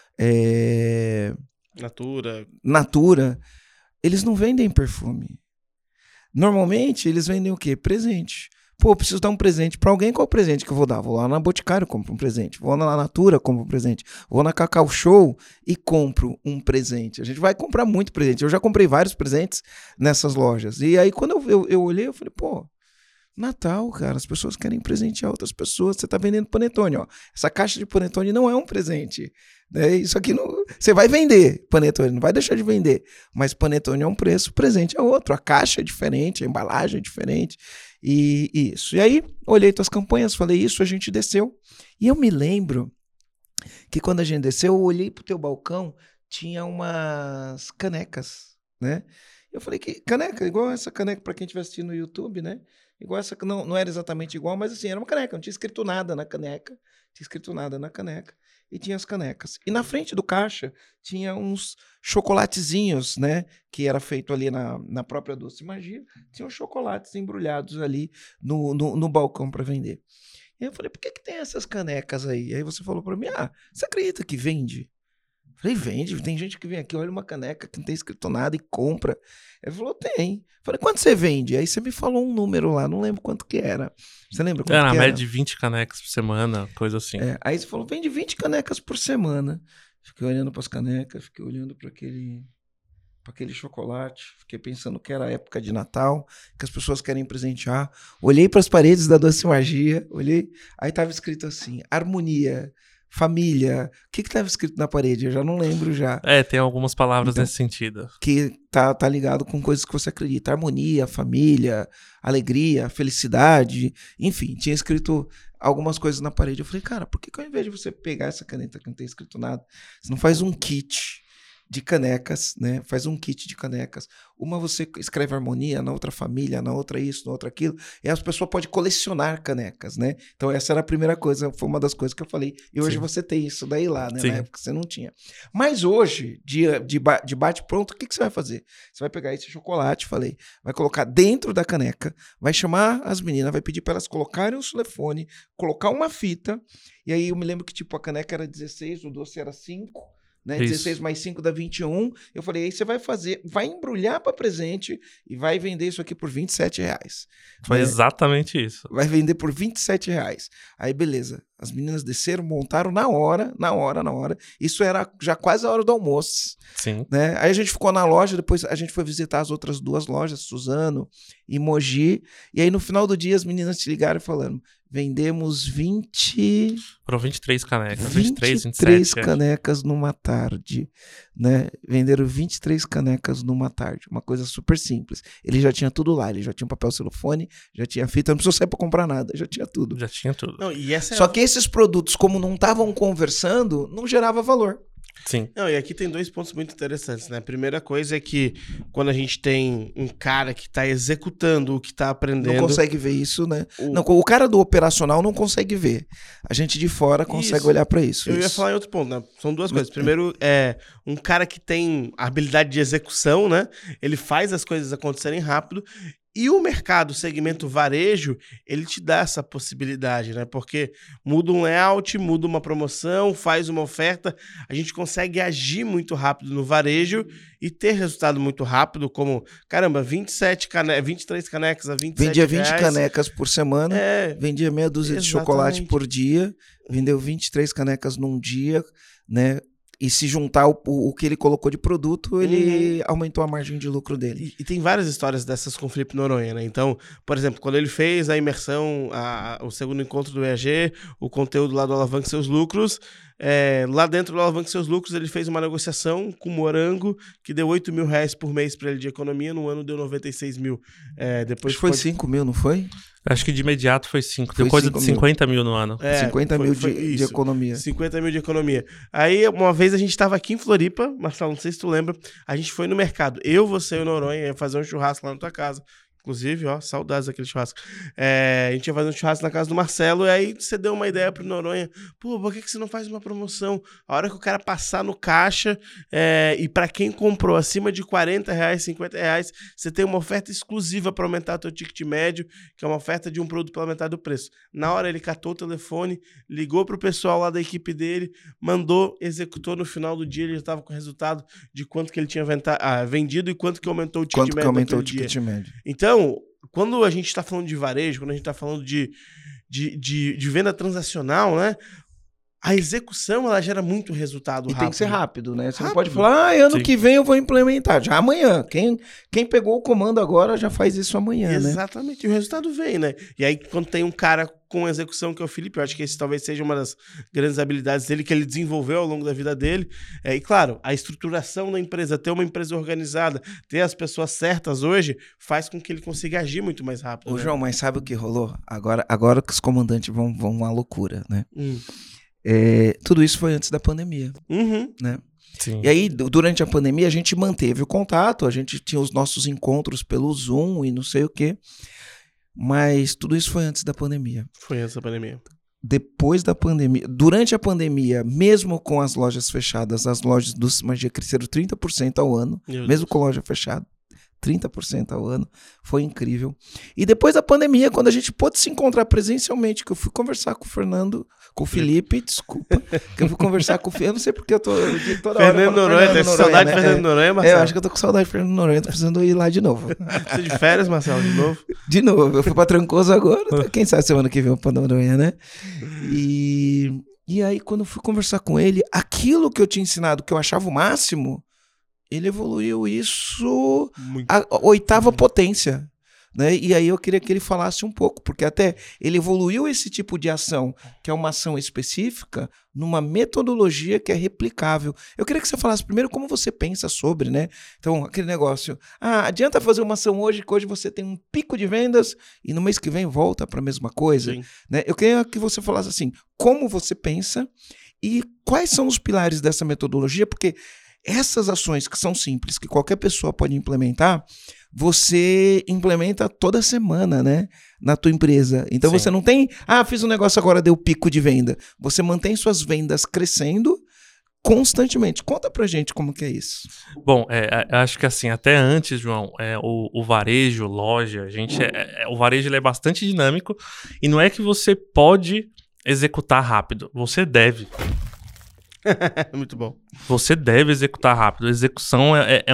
Natura, eles não vendem perfume. Normalmente, eles vendem o quê? Presente. Eu preciso dar um presente para alguém. Qual o presente que eu vou dar? Vou lá na Boticário, compro um presente. Vou na Natura, compro um presente. Vou na Cacau Show e compro um presente. A gente vai comprar muito presente. Eu já comprei vários presentes nessas lojas. E aí, quando eu olhei, eu falei, Natal, cara, as pessoas querem presentear outras pessoas. Você tá vendendo panetone, ó. Essa caixa de panetone não é um presente. Né? Isso aqui não... Você vai vender panetone, não vai deixar de vender. Mas panetone é um preço, presente é outro. A caixa é diferente, a embalagem é diferente. E isso. E aí, olhei tuas campanhas, falei isso, a gente desceu. E eu me lembro que quando a gente desceu, eu olhei pro teu balcão, tinha umas canecas, né? Eu falei que caneca, igual essa caneca para quem estiver assistindo no YouTube, né? Igual essa, não era exatamente igual, mas assim, era uma caneca, não tinha escrito nada na caneca. e tinha as canecas. E na frente do caixa tinha uns chocolatezinhos, né? Que era feito ali na própria Doce Magia. Tinha uns chocolates embrulhados ali no balcão para vender. E eu falei, por que tem essas canecas aí? Aí você falou para mim, você acredita que vende? Falei, vende, tem gente que vem aqui, olha uma caneca que não tem escrito nada e compra. Ele falou, tem. Falei, quanto você vende? Aí você me falou um número lá, não lembro quanto que era. Você lembra quanto que era? Na média de 20 canecas por semana, coisa assim. Aí você falou, vende 20 canecas por semana. Fiquei olhando para as canecas, fiquei olhando para aquele chocolate, fiquei pensando que era a época de Natal, que as pessoas querem presentear. Olhei para as paredes da Doce Magia, aí estava escrito assim, harmonia, família. O que estava escrito na parede? Eu já não lembro já. Tem algumas palavras nesse sentido. Que tá ligado com coisas que você acredita. Harmonia, família, alegria, felicidade. Enfim, tinha escrito algumas coisas na parede. Eu falei, cara, por que ao invés de você pegar essa caneta que não tem escrito nada, você não faz um kit de canecas, né? Faz um kit de canecas. Uma você escreve harmonia, na outra família, na outra isso, na outra aquilo. E as pessoas podem colecionar canecas, né? Então essa era a primeira coisa, foi uma das coisas que eu falei. E hoje você tem isso daí lá, né? Sim. Na época você não tinha. Mas hoje, dia de bate-pronto, o que você vai fazer? Você vai pegar esse chocolate, vai colocar dentro da caneca, vai chamar as meninas, vai pedir para elas colocarem o telefone, colocar uma fita. E aí eu me lembro que tipo a caneca era 16, o doce era 5. Né? 16 mais 5 dá 21. Eu falei, aí você vai embrulhar para presente e vai vender isso aqui por R$27. Foi exatamente isso. Vai vender por R$27. Aí, beleza. As meninas desceram, montaram na hora. Isso era já quase a hora do almoço. Sim. Né? Aí a gente ficou na loja, depois a gente foi visitar as outras 2 lojas, Suzano e Mogi. E aí no final do dia as meninas te ligaram falando, vendemos 20... Foram 23 canecas. 23 27, canecas numa tarde, né? Venderam 23 canecas numa tarde. Uma coisa super simples. Ele já tinha tudo lá. Ele já tinha papel celofane, já tinha fita. Não precisou sair pra comprar nada. Já tinha tudo. Já tinha tudo. Não, e essa Só que esses produtos, como não estavam conversando, não gerava valor. Sim. Não, e aqui tem 2 pontos muito interessantes, né? A primeira coisa é que quando a gente tem um cara que tá executando o que tá aprendendo... Não consegue ver isso, né? Não, o cara do operacional não consegue ver. A gente de fora consegue olhar pra isso. Eu ia falar em outro ponto, né? São 2 coisas. Primeiro, um cara que tem a habilidade de execução, né? Ele faz as coisas acontecerem rápido. E o mercado, o segmento varejo, ele te dá essa possibilidade, né? Porque muda um layout, muda uma promoção, faz uma oferta, a gente consegue agir muito rápido no varejo e ter resultado muito rápido, como, caramba, 23 canecas a 27 Vendia 20 reais. Canecas por semana, vendia meia dúzia de chocolate por dia, vendeu 23 canecas num dia, né? E se juntar o que ele colocou de produto, ele aumentou a margem de lucro dele. E tem várias histórias dessas com o Felipe Noronha, né? Então, por exemplo, quando ele fez a imersão, o segundo encontro do EAG, o conteúdo lá do Alavanque Seus Lucros, lá dentro do Alavanque Seus Lucros, ele fez uma negociação com o Morango, que deu R$8 mil por mês para ele de economia, no ano deu 96 mil. Depois Acho que foi 5 mil, não foi? Acho que de imediato foi 5. Deu coisa de 50 mil no ano. 50 mil de economia. 50 mil de economia. Aí, uma vez a gente tava aqui em Floripa, Marcelo, não sei se tu lembra, a gente foi no mercado. Eu, você e o Noronha ia fazer um churrasco lá na tua casa. Inclusive, ó, saudades daquele churrasco. A gente ia fazer um churrasco na casa do Marcelo, e aí você deu uma ideia pro Noronha. Pô, por que você não faz uma promoção? A hora que o cara passar no caixa, e para quem comprou acima de R$40, R$50, você tem uma oferta exclusiva para aumentar o teu ticket médio, que é uma oferta de um produto pela metade do preço. Na hora ele catou o telefone, ligou pro pessoal lá da equipe dele, mandou, executou no final do dia, ele já estava com o resultado de quanto que ele tinha vendido e quanto que aumentou o ticket médio. Quanto que aumentou o ticket médio. Então, quando a gente está falando de varejo, quando a gente está falando de venda transacional, né? A execução, ela gera muito resultado rápido. E tem que ser rápido, né? Você não pode falar, ano que vem eu vou implementar. Já amanhã. Quem pegou o comando agora já faz isso amanhã, né? Exatamente. E o resultado vem, né? E aí, quando tem um cara com execução, que é o Felipe, eu acho que esse talvez seja uma das grandes habilidades dele, que ele desenvolveu ao longo da vida dele. E, claro, a estruturação da empresa, ter uma empresa organizada, ter as pessoas certas hoje, faz com que ele consiga agir muito mais rápido. Ô, né? João, mas sabe o que rolou? Agora que os comandantes vão uma loucura, né? Tudo isso foi antes da pandemia, né? Sim. E aí, durante a pandemia, a gente manteve o contato, a gente tinha os nossos encontros pelo Zoom e não sei o quê, mas tudo isso foi antes da pandemia. Foi antes da pandemia. depois da pandemia, durante a pandemia, mesmo com as lojas fechadas, as lojas do Simagia cresceram 30% ao ano, mesmo com a loja fechada. 30% ao ano, foi incrível. E depois da pandemia, quando a gente pôde se encontrar presencialmente, que eu fui conversar com o Fernando, com o Felipe, desculpa, que eu fui conversar com o Felipe, eu não sei porque eu tô toda hora Fernando Noronha, tem saudade de Fernando Noronha, Marcelo? Eu acho que eu tô com saudade de Fernando Noronha, tô precisando ir lá de novo. Precisa de férias, Marcelo, de novo? De novo, eu fui pra Trancoso agora, quem sabe semana que vem eu vou pra Noronha, né? E aí, quando eu fui conversar com ele, aquilo que eu tinha ensinado, que eu achava o máximo, ele evoluiu isso à 8ª potência, né? E aí eu queria que ele falasse um pouco, porque até ele evoluiu esse tipo de ação, que é uma ação específica, numa metodologia que é replicável. Eu queria que você falasse primeiro como você pensa sobre, né? Então, aquele negócio, adianta fazer uma ação hoje, que hoje você tem um pico de vendas e no mês que vem volta para a mesma coisa, né? Eu queria que você falasse assim, como você pensa e quais são os pilares dessa metodologia, porque essas ações que são simples, que qualquer pessoa pode implementar, você implementa toda semana, né? Na tua empresa. Então você não tem, fiz um negócio agora, deu pico de venda. Você mantém suas vendas crescendo constantemente. Conta pra gente como que é isso. Bom, acho que assim, até antes, João, o varejo, loja, o varejo ele é bastante dinâmico e não é que você pode executar rápido, você deve. Muito bom. Você deve executar rápido. A execução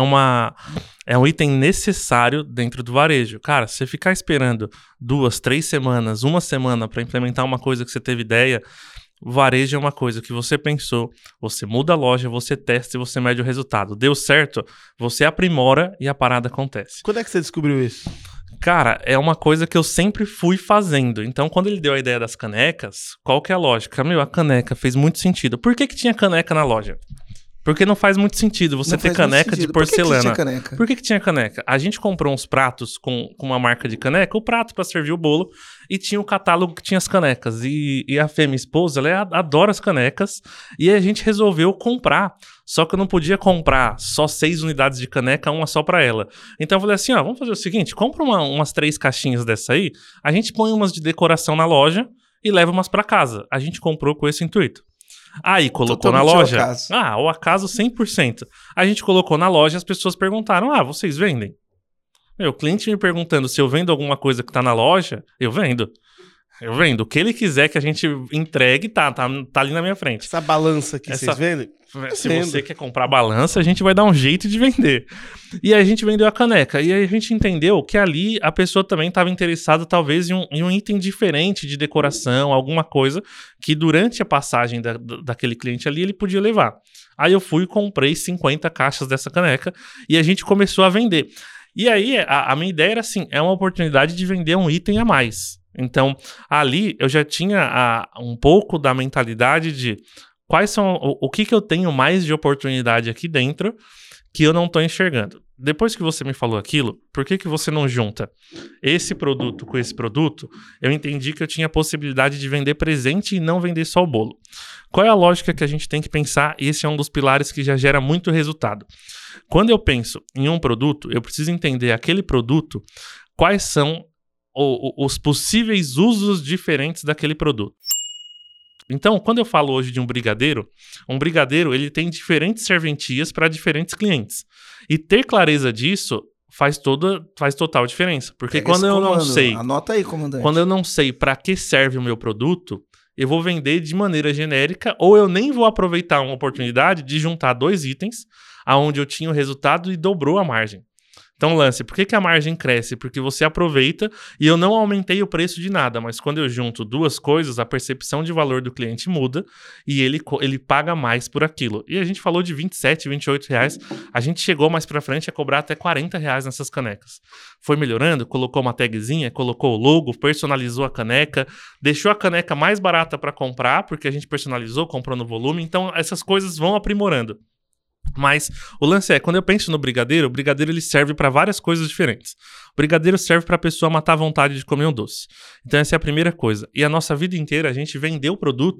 é um item necessário dentro do varejo. Cara, se você ficar esperando 2, 3 semanas, 1 semana para implementar uma coisa que você teve ideia, o varejo é uma coisa que você pensou, você muda a loja, você testa e você mede o resultado. Deu certo, você aprimora e a parada acontece. Quando é que você descobriu isso? Cara, é uma coisa que eu sempre fui fazendo. Então, quando ele deu a ideia das canecas, qual que é a lógica? A caneca fez muito sentido. Por que tinha caneca na loja? Porque não faz muito sentido você ter caneca de porcelana. Por que tinha caneca? A gente comprou uns pratos com uma marca de caneca, o prato para servir o bolo, e tinha o catálogo que tinha as canecas. E a Fê, minha esposa, ela adora as canecas, e a gente resolveu comprar. Só que eu não podia comprar só 6 unidades de caneca, uma só para ela. Então eu falei assim, vamos fazer o seguinte, compra umas 3 caixinhas dessa aí, a gente põe umas de decoração na loja e leva umas para casa. A gente comprou com esse intuito. Aí colocou na loja. O acaso 100%. A gente colocou na loja, as pessoas perguntaram: vocês vendem? O cliente me perguntando se eu vendo alguma coisa que tá na loja, eu vendo. Eu vendo. O que ele quiser que a gente entregue, tá ali na minha frente. Essa balança aqui, vocês vendem? Se você quer comprar balança, a gente vai dar um jeito de vender. E aí a gente vendeu a caneca. E aí a gente entendeu que ali a pessoa também estava interessada talvez em um item diferente de decoração, alguma coisa que durante a passagem daquele cliente ali ele podia levar. Aí eu fui e comprei 50 caixas dessa caneca e a gente começou a vender. E aí a minha ideia era assim, é uma oportunidade de vender um item a mais. Então ali eu já tinha um pouco da mentalidade de quais são o que eu tenho mais de oportunidade aqui dentro que eu não estou enxergando. Depois que você me falou aquilo, por que você não junta esse produto com esse produto? Eu entendi que eu tinha a possibilidade de vender presente e não vender só o bolo. Qual é a lógica que a gente tem que pensar? Esse é um dos pilares que já gera muito resultado. Quando eu penso em um produto, eu preciso entender aquele produto, quais são os possíveis usos diferentes daquele produto. Então, quando eu falo hoje de um brigadeiro ele tem diferentes serventias para diferentes clientes. E ter clareza disso faz total diferença. Porque quando eu não sei... Anota aí, comandante. Quando eu não sei para que serve o meu produto, eu vou vender de maneira genérica ou eu nem vou aproveitar uma oportunidade de juntar 2 itens aonde eu tinha o resultado e dobrou a margem. Então, Lance, por que a margem cresce? Porque você aproveita e eu não aumentei o preço de nada, mas quando eu junto 2 coisas, a percepção de valor do cliente muda e ele paga mais por aquilo. E a gente falou de R$27, R$28, a gente chegou mais pra frente a cobrar até R$40 nessas canecas. Foi melhorando, colocou uma tagzinha, colocou o logo, personalizou a caneca, deixou a caneca mais barata para comprar, porque a gente personalizou, comprou no volume, então essas coisas vão aprimorando. Mas o lance é, quando eu penso no brigadeiro, o brigadeiro ele serve para várias coisas diferentes. O brigadeiro serve para a pessoa matar a vontade de comer um doce. Então essa é a primeira coisa. E a nossa vida inteira a gente vendeu o produto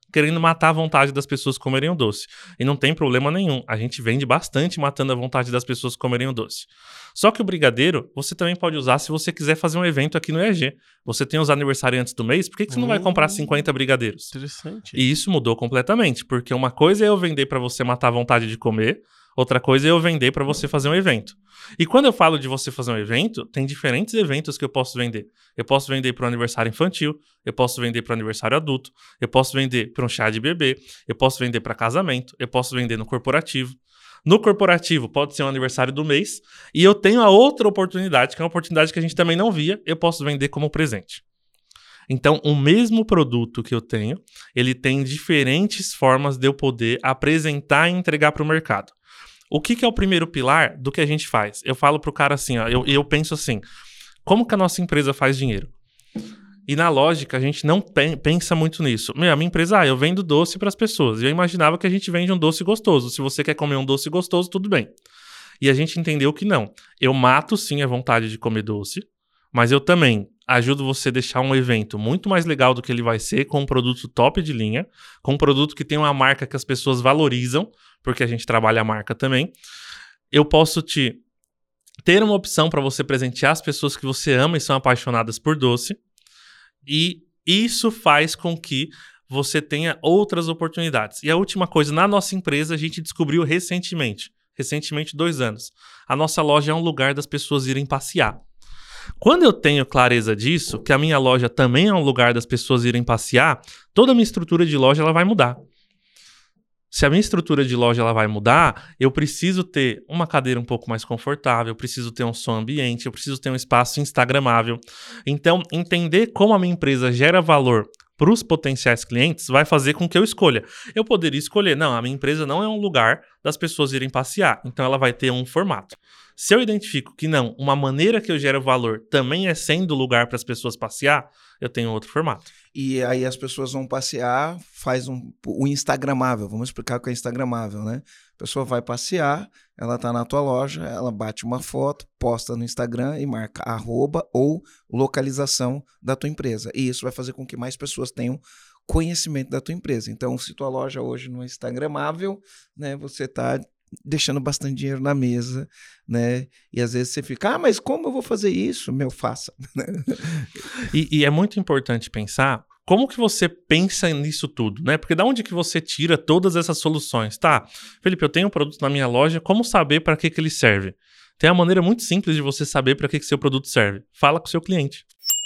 querendo matar a vontade das pessoas comerem o doce. E não tem problema nenhum. A gente vende bastante matando a vontade das pessoas comerem o doce. Só que o brigadeiro, você também pode usar se você quiser fazer um evento aqui no EAG. Você tem os aniversariantes do mês, por que você não vai comprar 50 brigadeiros? Interessante. E isso mudou completamente, porque uma coisa é eu vender para você matar a vontade de comer, outra coisa é eu vender para você fazer um evento. E quando eu falo de você fazer um evento, tem diferentes eventos que eu posso vender. Eu posso vender para um aniversário infantil, eu posso vender para um aniversário adulto, eu posso vender para um chá de bebê, eu posso vender para casamento, eu posso vender no corporativo. No corporativo pode ser um aniversário do mês e eu tenho a outra oportunidade, que é uma oportunidade que a gente também não via, eu posso vender como presente. Então, o mesmo produto que eu tenho, ele tem diferentes formas de eu poder apresentar e entregar para o mercado. O que é o primeiro pilar do que a gente faz? Eu falo pro cara assim, ó, eu penso assim, como que a nossa empresa faz dinheiro? E na lógica, a gente não pensa muito nisso. A minha empresa, eu vendo doce para as pessoas. E eu imaginava que a gente vende um doce gostoso. Se você quer comer um doce gostoso, tudo bem. E a gente entendeu que não. Eu mato, sim, a vontade de comer doce, mas eu também ajudo você a deixar um evento muito mais legal do que ele vai ser, com um produto top de linha, com um produto que tem uma marca que as pessoas valorizam, porque a gente trabalha a marca também. Eu posso ter uma opção para você presentear as pessoas que você ama e são apaixonadas por doce. E isso faz com que você tenha outras oportunidades. E a última coisa, na nossa empresa, a gente descobriu recentemente 2 anos, a nossa loja é um lugar das pessoas irem passear. Quando eu tenho clareza disso, que a minha loja também é um lugar das pessoas irem passear, toda a minha estrutura de loja ela vai mudar. Se a minha estrutura de loja ela vai mudar, eu preciso ter uma cadeira um pouco mais confortável, eu preciso ter um som ambiente, eu preciso ter um espaço instagramável. Então, entender como a minha empresa gera valor para os potenciais clientes vai fazer com que eu escolha. Eu poderia escolher, não, a minha empresa não é um lugar das pessoas irem passear, então ela vai ter um formato. Se eu identifico que não, uma maneira que eu gero valor também é sendo lugar para as pessoas passear, eu tenho outro formato. E aí as pessoas vão passear, faz o instagramável, vamos explicar o que é instagramável, né? A pessoa vai passear, ela tá na tua loja, ela bate uma foto, posta no Instagram e marca @ ou localização da tua empresa. E isso vai fazer com que mais pessoas tenham conhecimento da tua empresa. Então, se tua loja hoje não é instagramável, né, você tá deixando bastante dinheiro na mesa, né? E às vezes você fica, mas como eu vou fazer isso? Faça. E é muito importante pensar como que você pensa nisso tudo, né? Porque da onde que você tira todas essas soluções? Tá, Felipe, eu tenho um produto na minha loja, como saber para que ele serve? Tem uma maneira muito simples de você saber para que seu produto serve. Fala com o seu cliente.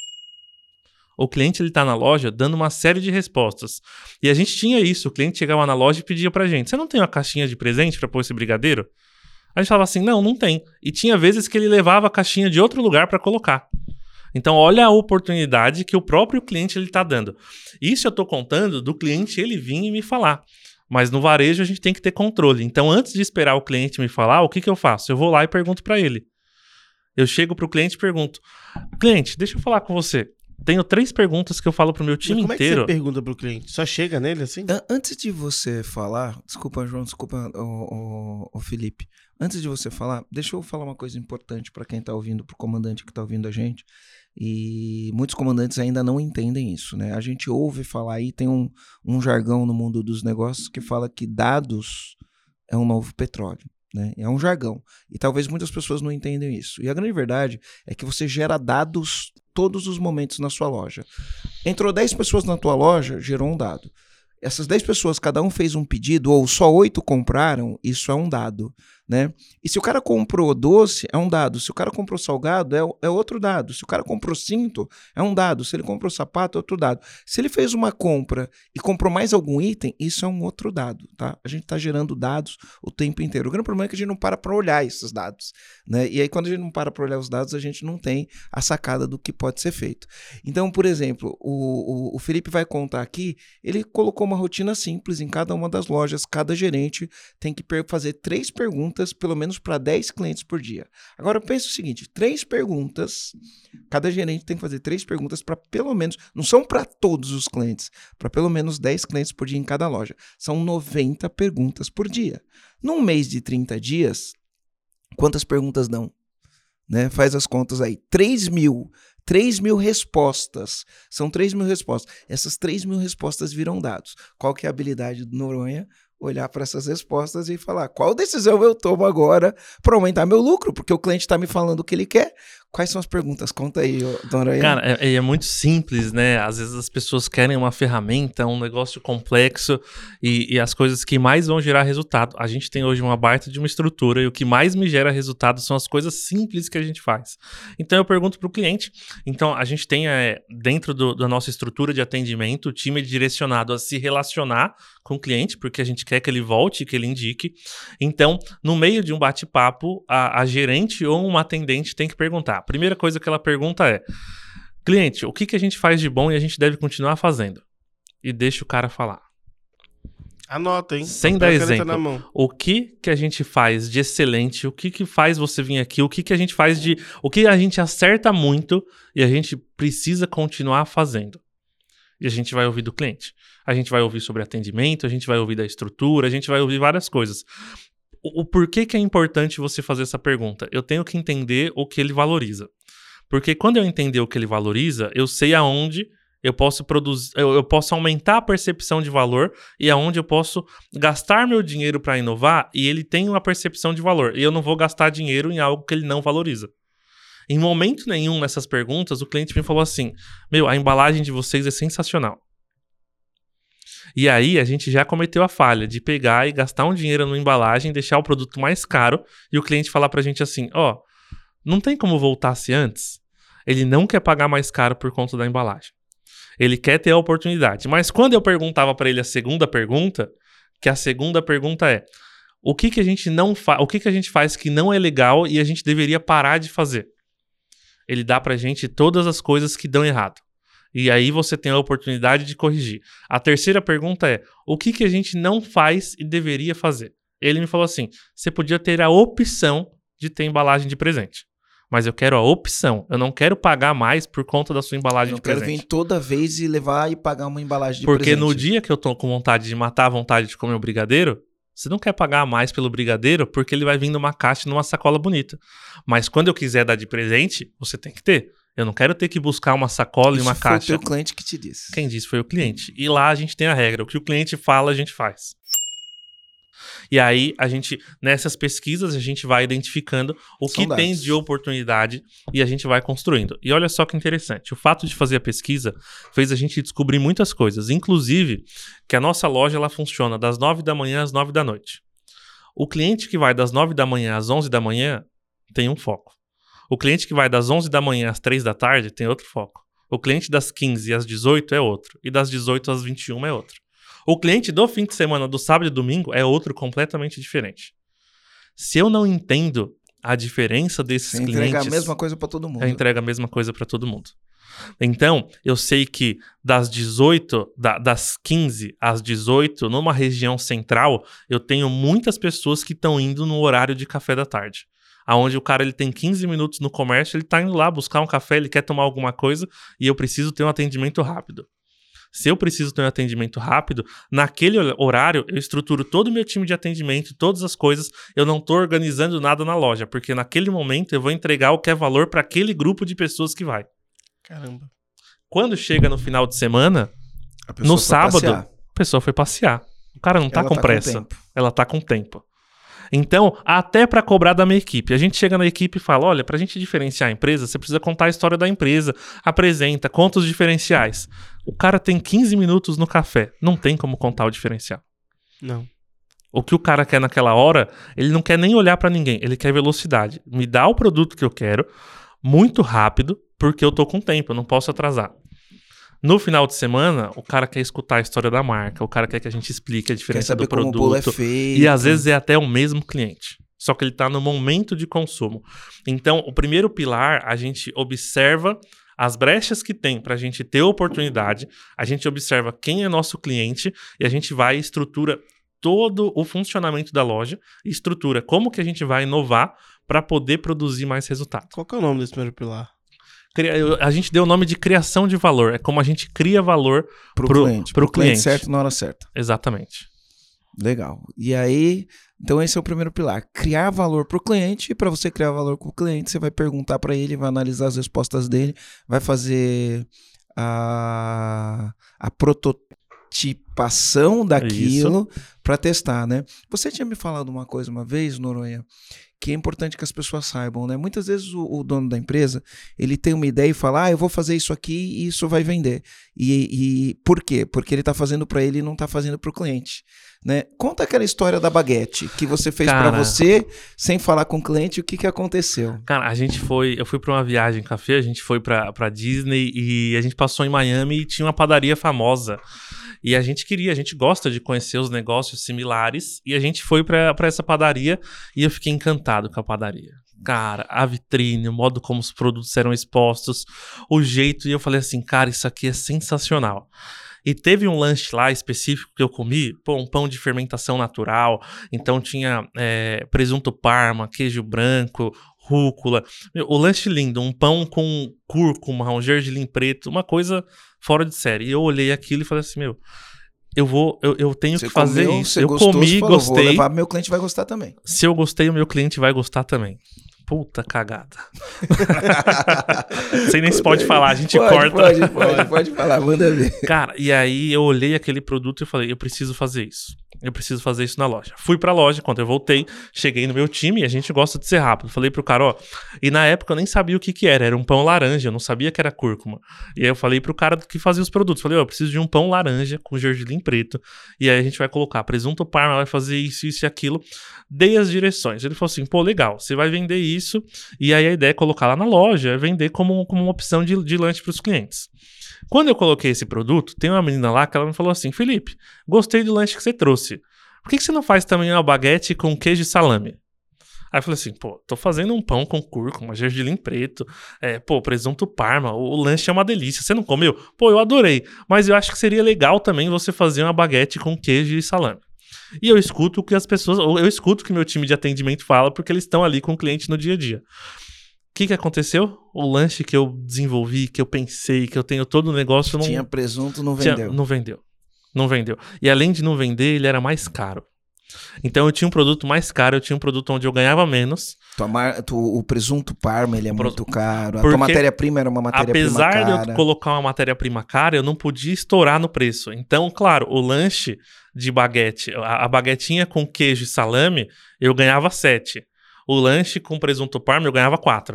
O cliente, ele tá na loja dando uma série de respostas. E a gente tinha isso, o cliente chegava na loja e pedia pra gente, você não tem uma caixinha de presente pra pôr esse brigadeiro? A gente falava assim, não tem. E tinha vezes que ele levava a caixinha de outro lugar pra colocar. Então, olha a oportunidade que o próprio cliente ele tá dando. Isso eu tô contando do cliente ele vir e me falar. Mas no varejo a gente tem que ter controle. Então, antes de esperar o cliente me falar, o que eu faço? Eu vou lá e pergunto pra ele. Eu chego pro cliente e pergunto, cliente, deixa eu falar com você. Tenho 3 perguntas que eu falo pro meu time inteiro. Como é que você pergunta pro cliente? Só chega nele assim? Antes de você falar... Desculpa, João, desculpa, o Felipe. Antes de você falar, deixa eu falar uma coisa importante para quem tá ouvindo, pro comandante que tá ouvindo a gente. E muitos comandantes ainda não entendem isso, né? A gente ouve falar aí, tem um jargão no mundo dos negócios que fala que dados é um novo petróleo. Né? É um jargão. E talvez muitas pessoas não entendem isso. E a grande verdade é que você gera dados todos os momentos na sua loja. Entrou 10 pessoas na tua loja, gerou um dado. Essas 10 pessoas, cada um fez um pedido, ou só 8 compraram, isso é um dado. Né? E se o cara comprou doce, é um dado. Se o cara comprou salgado, é outro dado. Se o cara comprou cinto, é um dado. Se ele comprou sapato, é outro dado. Se ele fez uma compra e comprou mais algum item, isso é um outro dado. Tá? A gente está gerando dados o tempo inteiro. O grande problema é que a gente não para olhar esses dados. Né? E aí, quando a gente não para olhar os dados, a gente não tem a sacada do que pode ser feito. Então, por exemplo, o Felipe vai contar aqui, ele colocou uma rotina simples em cada uma das lojas. Cada gerente tem que fazer 3 perguntas pelo menos para 10 clientes por dia. Agora pensa o seguinte, 3 perguntas, cada gerente tem que fazer 3 perguntas para pelo menos, não são para todos os clientes, para pelo menos 10 clientes por dia em cada loja. São 90 perguntas por dia. Num mês de 30 dias, quantas perguntas dão? Né? Faz as contas aí, 3.000 3.000 respostas. São 3.000 respostas. Essas 3.000 respostas viram dados. Qual que é a habilidade do Noronha? Olhar para essas respostas e falar qual decisão eu tomo agora para aumentar meu lucro, porque o cliente está me falando o que ele quer. Quais são as perguntas? Conta aí, Noronha. Cara, é muito simples, né? Às vezes as pessoas querem uma ferramenta, um negócio complexo e as coisas que mais vão gerar resultado. A gente tem hoje uma baita de uma estrutura e o que mais me gera resultado são as coisas simples que a gente faz. Então eu pergunto para o cliente. Então a gente tem dentro da nossa estrutura de atendimento, o time é direcionado a se relacionar com o cliente, porque a gente quer que ele volte, que ele indique. Então, no meio de um bate-papo, a gerente ou uma atendente tem que perguntar. A primeira coisa que ela pergunta é: cliente, o que a gente faz de bom e a gente deve continuar fazendo? E deixa o cara falar. Anota, hein? Sem dar exemplo. O que a gente faz de excelente? O que faz você vir aqui? O que a gente faz de... O que a gente acerta muito e a gente precisa continuar fazendo? E a gente vai ouvir do cliente. A gente vai ouvir sobre atendimento, a gente vai ouvir da estrutura, a gente vai ouvir várias coisas. O porquê que é importante você fazer essa pergunta? Eu tenho que entender o que ele valoriza. Porque quando eu entender o que ele valoriza, eu sei aonde eu posso produzir, eu posso aumentar a percepção de valor e aonde eu posso gastar meu dinheiro para inovar e ele tem uma percepção de valor. E eu não vou gastar dinheiro em algo que ele não valoriza. Em momento nenhum nessas perguntas, o cliente me falou assim: a embalagem de vocês é sensacional. E aí a gente já cometeu a falha de pegar e gastar um dinheiro numa embalagem, deixar o produto mais caro e o cliente falar pra gente assim: não tem como voltar-se antes? Ele não quer pagar mais caro por conta da embalagem. Ele quer ter a oportunidade. Mas quando eu perguntava pra ele a segunda pergunta, que a segunda pergunta é: o que a gente não faz, o que a gente faz que não é legal e a gente deveria parar de fazer? Ele dá pra gente todas as coisas que dão errado. E aí você tem a oportunidade de corrigir. A terceira pergunta é: o que a gente não faz e deveria fazer? Ele me falou assim: você podia ter a opção de ter embalagem de presente. Mas eu quero a opção. Eu não quero pagar mais por conta da sua embalagem de presente. Eu quero vir toda vez e levar e pagar uma embalagem de presente. Porque presente. No dia que eu tô com vontade de matar a vontade de comer o brigadeiro, você não quer pagar mais pelo brigadeiro porque ele vai vir numa caixa, numa sacola bonita. Mas quando eu quiser dar de presente, você tem que ter. Eu não quero ter que buscar uma sacola e uma caixa. Isso foi o teu cliente que te disse. Quem disse foi o cliente. E lá a gente tem a regra. O que o cliente fala, a gente faz. E aí, nessas pesquisas, a gente vai identificando o que tem de oportunidade e a gente vai construindo. E olha só que interessante. O fato de fazer a pesquisa fez a gente descobrir muitas coisas. Inclusive, que a nossa loja ela funciona das 9 da manhã às 9 da noite. O cliente que vai das 9 da manhã às 11 da manhã tem um foco. O cliente que vai das 11 da manhã às 3 da tarde tem outro foco. O cliente das 15 às 18 é outro. E das 18 às 21 é outro. O cliente do fim de semana, do sábado e domingo, é outro completamente diferente. Se eu não entendo a diferença desses clientes... Você entrega a mesma coisa para todo mundo. Eu entrego a mesma coisa para todo mundo. Então, eu sei que das 15 às 18, numa região central, eu tenho muitas pessoas que estão indo no horário de café da tarde. Onde o cara ele tem 15 minutos no comércio, ele está indo lá buscar um café, ele quer tomar alguma coisa e eu preciso ter um atendimento rápido. Se eu preciso ter um atendimento rápido, naquele horário eu estruturo todo o meu time de atendimento, todas as coisas, eu não estou organizando nada na loja, porque naquele momento eu vou entregar o que é valor para aquele grupo de pessoas que vai. Caramba. Quando chega no final de semana, no sábado, a pessoa foi passear. O cara não está com pressa, ela está com tempo. Então, até para cobrar da minha equipe. A gente chega na equipe e fala: olha, para a gente diferenciar a empresa, você precisa contar a história da empresa, apresenta, conta os diferenciais. O cara tem 15 minutos no café, não tem como contar o diferencial. Não. O que o cara quer naquela hora, ele não quer nem olhar para ninguém, ele quer velocidade. Me dá o produto que eu quero, muito rápido, porque eu tô com tempo, eu não posso atrasar. No final de semana, o cara quer escutar a história da marca, o cara quer que a gente explique a diferença do produto. Como o bolo é feito. E às vezes é até o mesmo cliente, só que ele está no momento de consumo. Então, o primeiro pilar, a gente observa as brechas que tem para a gente ter oportunidade, a gente observa quem é nosso cliente e a gente vai e estrutura todo o funcionamento da loja, estrutura como que a gente vai inovar para poder produzir mais resultado. Qual que é o nome desse primeiro pilar? A gente deu o nome de criação de valor. É como a gente cria valor pro cliente. Pro cliente certo na hora certa. Exatamente. Legal. E aí, então esse é o primeiro pilar. Criar valor para o cliente. E para você criar valor com o cliente, você vai perguntar para ele, vai analisar as respostas dele, vai fazer a prototipação daquilo para testar, né? Você tinha me falado uma coisa uma vez, Noronha, que é importante que as pessoas saibam, né? Muitas vezes o dono da empresa, ele tem uma ideia e fala, eu vou fazer isso aqui e isso vai vender. E por quê? Porque ele está fazendo para ele e não está fazendo para o cliente, né? Conta aquela história da baguete que você fez para você, sem falar com o cliente, o que aconteceu? Cara, eu fui para uma viagem café, a gente foi para Disney e a gente passou em Miami e tinha uma padaria famosa. E a gente gosta de conhecer os negócios similares e a gente foi para essa padaria e eu fiquei encantado com a padaria. Cara, a vitrine, o modo como os produtos eram expostos, o jeito, e eu falei assim, cara, isso aqui é sensacional. E teve um lanche lá específico que eu comi, um pão de fermentação natural, então tinha presunto parma, queijo branco, rúcula, o lanche lindo, um pão com cúrcuma, um gergelim preto, uma coisa fora de série. E eu olhei aquilo e falei assim, eu tenho que fazer isso. Eu comi, gostei. Vou levar, meu cliente vai gostar também. Se eu gostei, o meu cliente vai gostar também. Puta cagada. Sei nem se pode falar, a gente corta. Pode falar, manda ver. Cara, e aí eu olhei aquele produto e falei, eu preciso fazer isso. Eu preciso fazer isso na loja. Fui pra loja, quando eu voltei, cheguei no meu time e a gente gosta de ser rápido. Falei pro cara, e na época eu nem sabia o que era um pão laranja, eu não sabia que era cúrcuma. E aí eu falei pro cara que fazia os produtos, falei, eu preciso de um pão laranja com gergelim preto, e aí a gente vai colocar presunto parma, vai fazer isso e aquilo. Dei as direções. Ele falou assim, legal, você vai vender isso, e aí a ideia é colocar lá na loja, vender como uma opção de lanche pros clientes. Quando eu coloquei esse produto, tem uma menina lá que ela me falou assim, Felipe, gostei do lanche que você trouxe. Por que você não faz também uma baguete com queijo e salame? Aí eu falei assim, tô fazendo um pão com cúrcuma, gergelim preto, presunto parma, o lanche é uma delícia, você não comeu? Eu adorei, mas eu acho que seria legal também você fazer uma baguete com queijo e salame. E eu escuto o que meu time de atendimento fala, porque eles estão ali com o cliente no dia a dia. O que aconteceu? O lanche que eu desenvolvi, que eu pensei, que eu tenho todo o negócio... Tinha presunto, não vendeu. Não vendeu. E além de não vender, ele era mais caro. Então eu tinha um produto mais caro, eu tinha um produto onde eu ganhava menos. O presunto parma, ele é muito caro. A tua matéria-prima era uma matéria-prima cara. Apesar de eu colocar uma matéria-prima cara, eu não podia estourar no preço. Então, claro, o lanche de baguete, a baguetinha com queijo e salame, eu ganhava 7. O lanche com presunto parma, eu ganhava 4.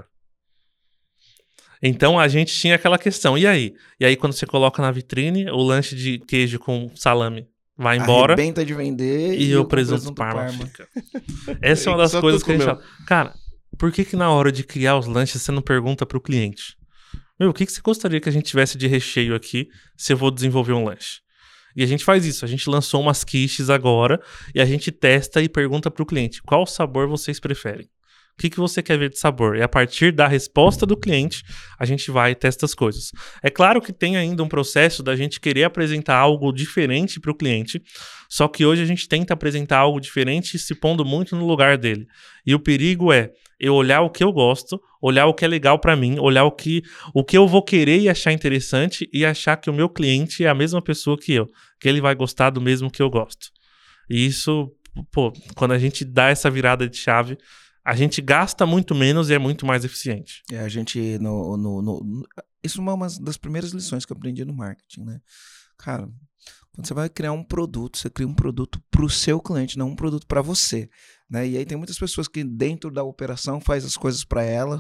Então, a gente tinha aquela questão. E aí? E aí, quando você coloca na vitrine, o lanche de queijo com salame vai embora. Arrebenta de vender e o presunto parma fica. Essa é uma das coisas que a gente fala. Cara, por que na hora de criar os lanches você não pergunta pro cliente? O que você gostaria que a gente tivesse de recheio aqui se eu vou desenvolver um lanche? E a gente faz isso. A gente lançou umas quiches agora e a gente testa e pergunta pro cliente qual sabor vocês preferem. O que você quer ver de sabor? E a partir da resposta do cliente, a gente vai e testa as coisas. É claro que tem ainda um processo da gente querer apresentar algo diferente para o cliente, só que hoje a gente tenta apresentar algo diferente se pondo muito no lugar dele. E o perigo é eu olhar o que eu gosto, olhar o que é legal para mim, olhar o que eu vou querer e achar interessante e achar que o meu cliente é a mesma pessoa que eu, que ele vai gostar do mesmo que eu gosto. E isso, quando a gente dá essa virada de chave, a gente gasta muito menos e é muito mais eficiente. A gente, isso é uma das primeiras lições que eu aprendi no marketing, né? Cara, quando você vai criar um produto, você cria um produto para o seu cliente, não um produto para você, né? E aí tem muitas pessoas que dentro da operação faz as coisas para elas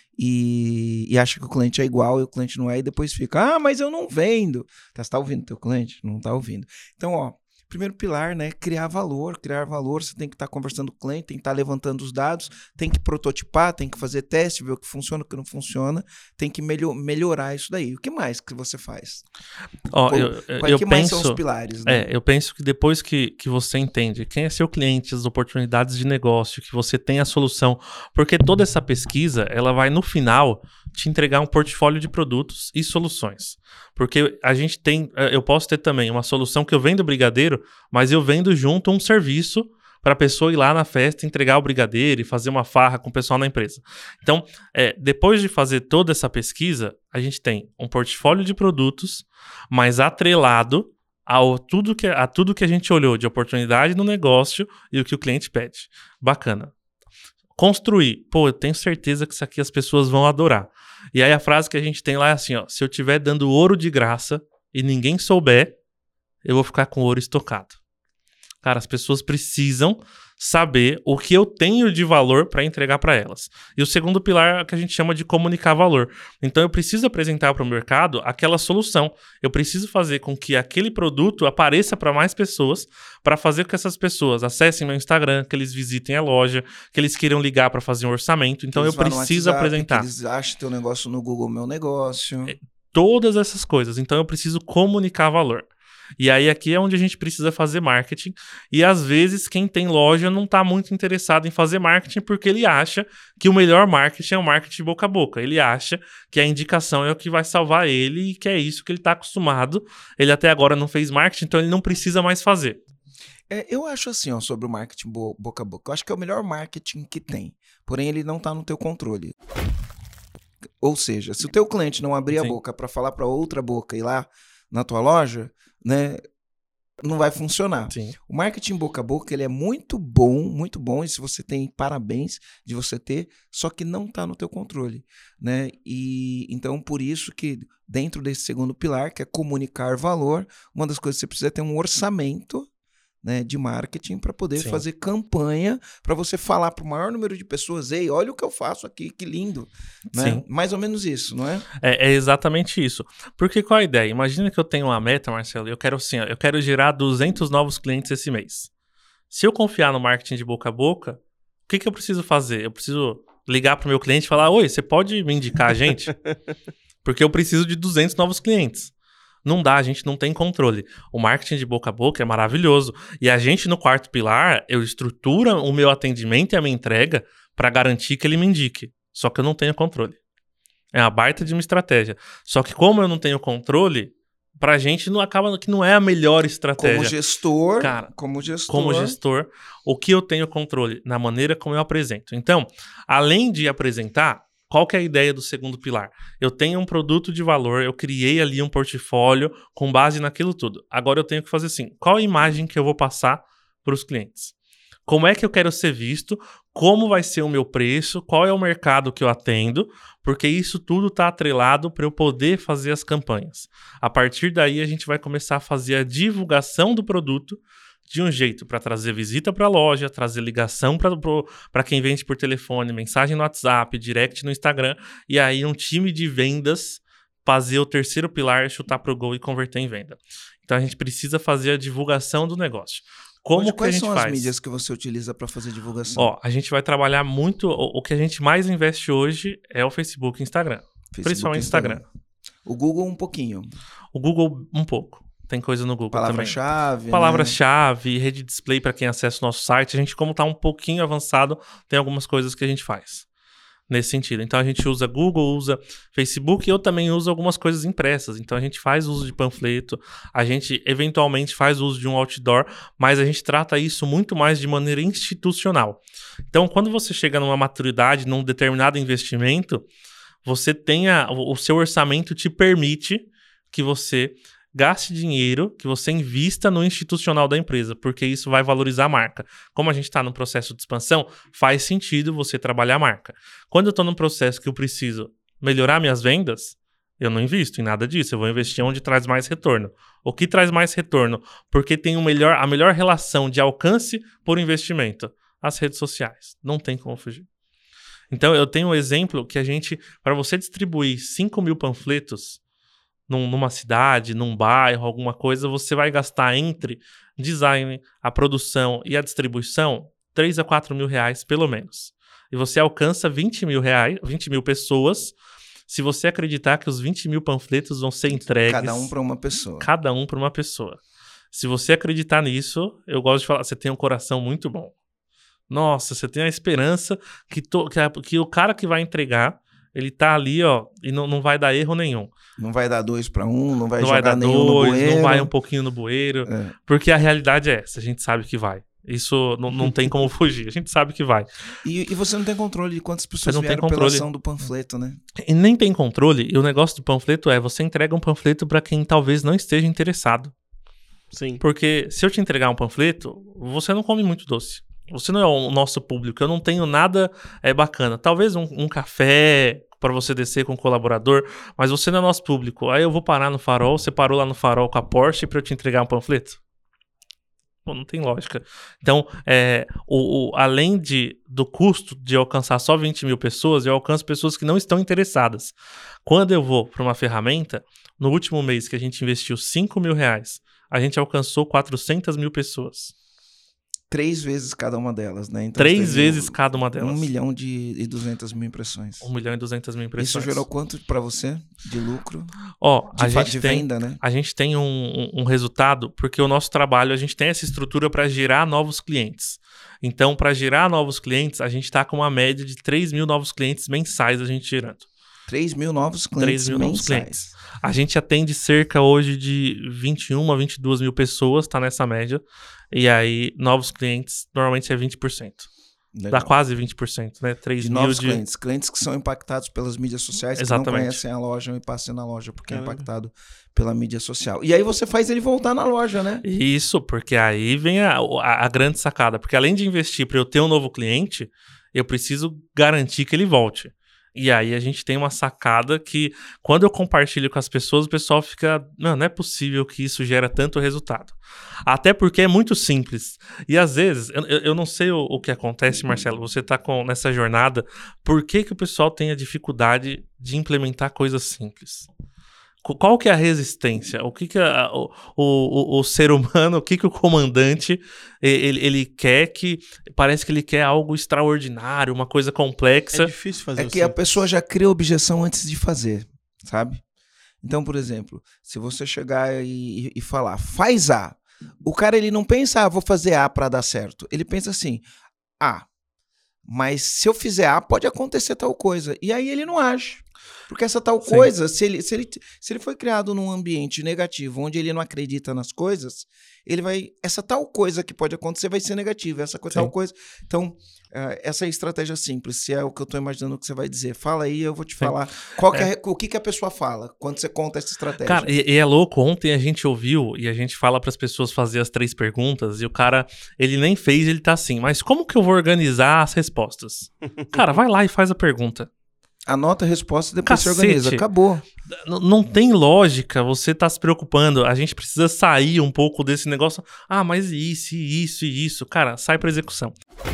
e acha que o cliente é igual e o cliente não é, e depois fica, mas eu não vendo. Você tá ouvindo teu cliente? Não tá ouvindo. Então, primeiro pilar, né? Criar valor, você tem que estar conversando com o cliente, tem que estar levantando os dados, tem que prototipar, tem que fazer teste, ver o que funciona, o que não funciona, tem que melhorar isso daí. O que mais que você faz? Mais são os pilares? Né? Eu penso que depois que você entende quem é seu cliente, as oportunidades de negócio, que você tem a solução, porque toda essa pesquisa, ela vai no final te entregar um portfólio de produtos e soluções. Porque eu posso ter também uma solução que eu vendo brigadeiro, mas eu vendo junto um serviço para a pessoa ir lá na festa, entregar o brigadeiro e fazer uma farra com o pessoal na empresa. Então, depois de fazer toda essa pesquisa, a gente tem um portfólio de produtos, mas atrelado a tudo que a gente olhou de oportunidade no negócio e o que o cliente pede. Bacana. Construir. Pô, eu tenho certeza que isso aqui as pessoas vão adorar. E aí a frase que a gente tem lá é assim, ó, se eu estiver dando ouro de graça e ninguém souber, eu vou ficar com ouro estocado. Cara, as pessoas precisam saber o que eu tenho de valor para entregar para elas. E o segundo pilar é o que a gente chama de comunicar valor. Então eu preciso apresentar para o mercado aquela solução. Eu preciso fazer com que aquele produto apareça para mais pessoas, para fazer com que essas pessoas acessem meu Instagram, que eles visitem a loja, que eles queiram ligar para fazer um orçamento. Então eu preciso apresentar. Que eles acham teu negócio no Google Meu Negócio. Todas essas coisas. Então eu preciso comunicar valor. E aí aqui é onde a gente precisa fazer marketing. E às vezes quem tem loja não está muito interessado em fazer marketing porque ele acha que o melhor marketing é o marketing boca a boca. Ele acha que a indicação é o que vai salvar ele e que é isso que ele está acostumado. Ele até agora não fez marketing, então ele não precisa mais fazer. Eu acho assim, ó, sobre o marketing boca a boca. Eu acho que é o melhor marketing que tem. Porém, ele não está no teu controle. Ou seja, se o teu cliente não abrir a boca para falar para outra boca ir lá na tua loja, né, não vai funcionar. Sim. O marketing boca a boca, ele é muito bom, e se você tem, parabéns de você ter, só que não está no teu controle, né? E então por isso que dentro desse segundo pilar, que é comunicar valor, uma das coisas que você precisa é ter um orçamento, né, de marketing para poder fazer campanha, para você falar para o maior número de pessoas, ei, olha o que eu faço aqui, que lindo. Né? Mais ou menos isso, não é? É exatamente isso. Porque qual a ideia? Imagina que eu tenho uma meta, Marcelo, e eu quero gerar 200 novos clientes esse mês. Se eu confiar no marketing de boca a boca, o que eu preciso fazer? Eu preciso ligar para o meu cliente e falar, oi, você pode me indicar a gente? Porque eu preciso de 200 novos clientes. Não dá, a gente não tem controle. O marketing de boca a boca é maravilhoso. E a gente, no quarto pilar, eu estruturo o meu atendimento e a minha entrega para garantir que ele me indique. Só que eu não tenho controle. É uma baita de uma estratégia. Só que como eu não tenho controle, pra gente não acaba que não é a melhor estratégia. Como gestor, o que eu tenho controle? Na maneira como eu apresento. Então, além de apresentar, qual que é a ideia do segundo pilar? Eu tenho um produto de valor, eu criei ali um portfólio com base naquilo tudo. Agora eu tenho que fazer assim, qual a imagem que eu vou passar para os clientes? Como é que eu quero ser visto? Como vai ser o meu preço? Qual é o mercado que eu atendo? Porque isso tudo está atrelado para eu poder fazer as campanhas. A partir daí a gente vai começar a fazer a divulgação do produto de um jeito para trazer visita para a loja, trazer ligação para quem vende por telefone, mensagem no WhatsApp, direct no Instagram, e aí um time de vendas fazer o terceiro pilar, chutar para o gol e converter em venda. Então a gente precisa fazer a divulgação do negócio. Quais são as mídias que você utiliza para fazer divulgação? Ó, a gente vai trabalhar muito, o que a gente mais investe hoje é o Facebook e Instagram. Principalmente Instagram. O Google um pouquinho. O Google um pouco. Tem coisa no Google Palavra-chave, Palavra-chave, rede display para quem acessa o nosso site. A gente, como está um pouquinho avançado, tem algumas coisas que a gente faz nesse sentido. Então, a gente usa Google, usa Facebook e eu também uso algumas coisas impressas. Então, a gente faz uso de panfleto, a gente eventualmente faz uso de um outdoor, mas a gente trata isso muito mais de maneira institucional. Então, quando você chega numa maturidade, num determinado investimento, você tenha o seu orçamento te permite que você gaste dinheiro, que você invista no institucional da empresa, porque isso vai valorizar a marca. Como a gente está no processo de expansão, faz sentido você trabalhar a marca. Quando eu estou num processo que eu preciso melhorar minhas vendas, eu não invisto em nada disso, eu vou investir onde traz mais retorno. O que traz mais retorno? Porque tem a melhor relação de alcance por investimento. As redes sociais. Não tem como fugir. Então, eu tenho um exemplo que para você distribuir 5.000 panfletos numa cidade, num bairro, alguma coisa, você vai gastar entre design, a produção e a distribuição 3 a 4 mil reais, pelo menos. E você alcança 20 mil pessoas, se você acreditar que os 20 mil panfletos vão ser entregues... Cada um para uma pessoa. Cada um para uma pessoa. Se você acreditar nisso, eu gosto de falar, você tem um coração muito bom. Nossa, você tem a esperança que o cara que vai entregar, ele tá ali, ó, e não vai dar erro nenhum. Não vai dar 2 para 1, não vai jogar nenhum no bueiro. Não vai um pouquinho no bueiro. Porque a realidade é essa, a gente sabe que vai. Isso não tem como fugir, a gente sabe que vai. E você não tem controle de quantas pessoas vieram pela ação do panfleto, né? E nem tem controle, e o negócio do panfleto é, você entrega um panfleto para quem talvez não esteja interessado. Sim. Porque se eu te entregar um panfleto, você não come muito doce. Você não é o nosso público. Eu não tenho nada bacana. Talvez um café para você descer com o colaborador, mas você não é nosso público. Aí eu vou parar no Farol, você parou lá no Farol com a Porsche para eu te entregar um panfleto? Pô, não tem lógica. Então, além do custo de alcançar só 20 mil pessoas, eu alcanço pessoas que não estão interessadas. Quando eu vou para uma ferramenta, no último mês que a gente investiu 5 mil reais, a gente alcançou 400 mil pessoas. 3 vezes cada uma delas, né? Então, 3 vezes cada uma delas. 1.200.000 impressões. 1.200.000 impressões. Isso gerou quanto para você de lucro? De venda, né? A gente tem um resultado, porque o nosso trabalho, a gente tem essa estrutura para gerar novos clientes. Então, para gerar novos clientes, a gente está com uma média de 3 mil novos clientes mensais a gente gerando. 3 mil novos clientes 3 mil mensais. novos clientes. A gente atende cerca hoje de 21 a 22 mil pessoas, tá nessa média. E aí, novos clientes, normalmente é 20%. Legal. Dá quase 20%, né? 3 de mil novos clientes. Clientes que são impactados pelas mídias sociais, Exatamente. que não conhecem a loja e passam na loja, porque é impactado pela mídia social. E aí você faz ele voltar na loja, né? Isso, porque aí vem a grande sacada. Porque além de investir para eu ter um novo cliente, eu preciso garantir que ele volte. E aí a gente tem uma sacada que, quando eu compartilho com as pessoas, o pessoal fica... Não é possível que isso gera tanto resultado. Até porque é muito simples. E às vezes, eu não sei o que acontece, Marcelo, você está nessa jornada, por que o pessoal tem a dificuldade de implementar coisas simples? Qual que é a resistência? O que o ser humano, o que o comandante, ele quer que... Parece que ele quer algo extraordinário, uma coisa complexa. É difícil fazer É que a pessoa já cria objeção antes de fazer, sabe? Então, por exemplo, se você chegar e falar, faz A, o cara ele não pensa, vou fazer A para dar certo. Ele pensa assim, mas se eu fizer A, pode acontecer tal coisa. E aí ele não age. Porque essa tal coisa, se ele foi criado num ambiente negativo, onde ele não acredita nas coisas, essa tal coisa que pode acontecer vai ser negativa, essa tal coisa. Então, essa é a estratégia simples, se é o que eu estou imaginando que você vai dizer. Fala aí, eu vou te falar o que a pessoa fala quando você conta essa estratégia. Cara, e é louco, ontem a gente ouviu e a gente fala para as pessoas fazer as 3 perguntas e o cara, ele nem fez, ele tá assim, mas como que eu vou organizar as respostas? Cara, vai lá e faz a pergunta. Anota a resposta e depois você organiza. Acabou. Não tem lógica você tá se preocupando. A gente precisa sair um pouco desse negócio. Mas isso. Cara, sai pra execução.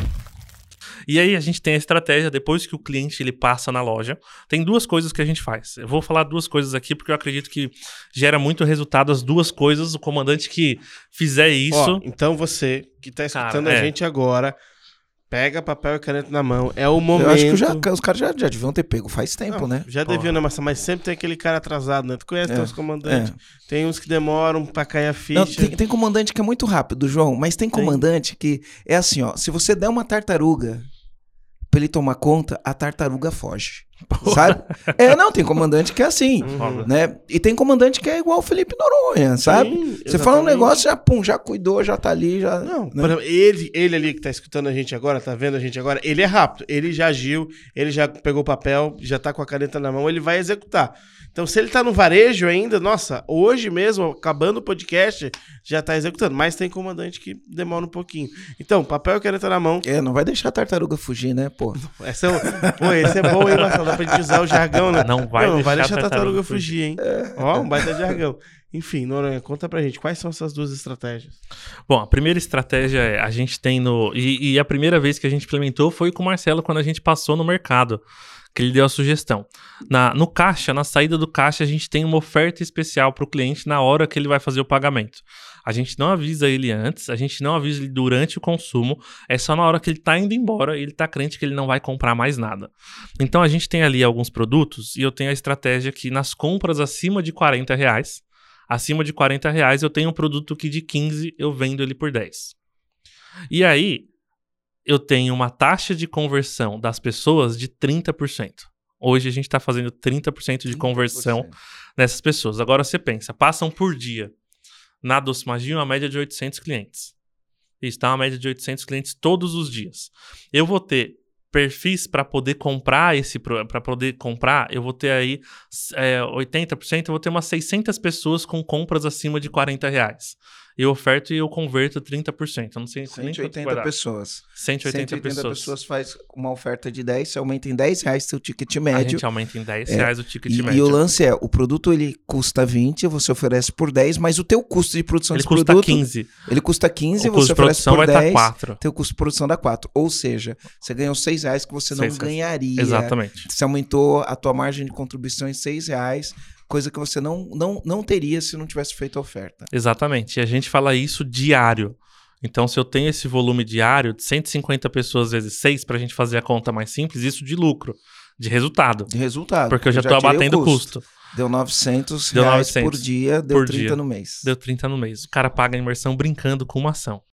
E aí a gente tem a estratégia, depois que o cliente ele passa na loja, tem 2 coisas que a gente faz. Eu vou falar 2 coisas aqui, porque eu acredito que gera muito resultado as 2 coisas. O comandante que fizer isso... Então você que tá escutando a gente agora... Pega papel e caneta na mão. É o momento... Eu acho que os caras já deviam ter pego faz tempo, né? Já deviam, né? Mas sempre tem aquele cara atrasado, né? Tu conhece os comandantes. Tem uns que demoram pra cair a ficha. Não, tem comandante que é muito rápido, João. Mas tem comandante que é assim, ó. Se você der uma tartaruga pra ele tomar conta, a tartaruga foge. Sabe? Tem comandante que é assim, né? E tem comandante que é igual o Felipe Noronha, sabe? Sim, você fala um negócio, já cuidou, já tá ali, já... Não, né? por exemplo, ele ali que tá escutando a gente agora, tá vendo a gente agora, ele é rápido, ele já agiu, ele já pegou o papel, já tá com a caneta na mão, ele vai executar. Então, se ele tá no varejo ainda, nossa, hoje mesmo, acabando o podcast, já tá executando. Mas tem comandante que demora um pouquinho. Então, papel e caneta na mão. Não vai deixar a tartaruga fugir, né, pô? Esse é bom, hein, Marcelo? Dá pra gente usar o jargão, né? Não vai deixar a tartaruga fugir, hein? Um baita jargão. Enfim, Noronha, conta pra gente, quais são essas 2 estratégias? Bom, a primeira estratégia a gente tem e a primeira vez que a gente implementou foi com o Marcelo, quando a gente passou no mercado, que ele deu a sugestão. No caixa, na saída do caixa, a gente tem uma oferta especial para o cliente na hora que ele vai fazer o pagamento. A gente não avisa ele antes, a gente não avisa ele durante o consumo, é só na hora que ele está indo embora e ele está crente que ele não vai comprar mais nada. Então a gente tem ali alguns produtos e eu tenho a estratégia que nas compras acima de R$40, eu tenho um produto que de 15 eu vendo ele por 10. E aí, eu tenho uma taxa de conversão das pessoas de 30%. Hoje a gente está fazendo 30% de conversão nessas pessoas. Agora você pensa, passam por dia na Doce Magia uma média de 800 clientes. Isso, tá uma média de 800 clientes todos os dias. Eu vou ter perfis para poder comprar eu vou ter aí 80%, eu vou ter umas 600 pessoas com compras acima de R$40. eu oferto e eu converto 30%. Eu não sei nem quanto vai 180 dar. pessoas. 180 pessoas. Faz uma oferta de 10, você aumenta em R$10 seu ticket A médio. gente aumenta em R$10 o ticket médio. E o lance é, o produto ele custa 20, você oferece por 10, mas o teu custo de produção Ele desse custa produto... 15. Ele custa 15, O custo você de oferece produção por vai 10, estar 4. teu custo de produção dá 4. Ou seja, você ganhou R$6 que você não R$6. ganharia. Exatamente. Você aumentou a tua margem de contribuição em R$6, coisa que você não teria se não tivesse feito a oferta. Exatamente. E a gente fala isso diário. Então, se eu tenho esse volume diário de 150 pessoas vezes 6, pra gente fazer a conta mais simples, isso de lucro, de resultado. De resultado. Porque eu já tô tirei abatendo o custo. Deu R$900 Deu 900 por dia, deu por 30 dia. no mês. Deu 30 no mês. O cara paga a imersão brincando com uma ação.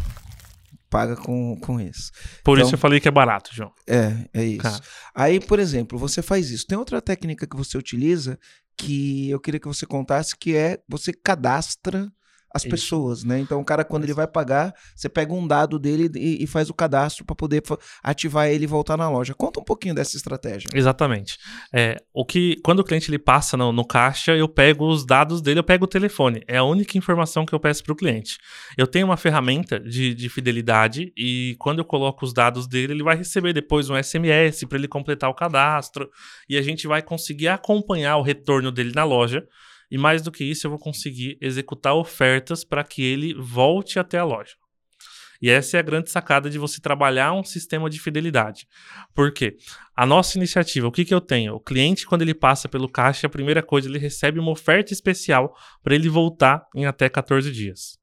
Paga com isso. Por Então, isso eu falei que é barato, João. É isso. Cara. Aí, por exemplo, você faz isso. Tem outra técnica que você utiliza que eu queria que você contasse, que é você cadastra as Isso. pessoas, né? Então, o cara, quando ele vai pagar, você pega um dado dele e faz o cadastro para poder ativar ele e voltar na loja. Conta um pouquinho dessa estratégia. Exatamente. Quando o cliente ele passa no caixa, eu pego os dados dele, eu pego o telefone. É a única informação que eu peço para o cliente. Eu tenho uma ferramenta de fidelidade e quando eu coloco os dados dele, ele vai receber depois um SMS para ele completar o cadastro e a gente vai conseguir acompanhar o retorno dele na loja. E mais do que isso, eu vou conseguir executar ofertas para que ele volte até a loja. E essa é a grande sacada de você trabalhar um sistema de fidelidade. Por quê? A nossa iniciativa, o que eu tenho? O cliente, quando ele passa pelo caixa, a primeira coisa, ele recebe uma oferta especial para ele voltar em até 14 dias.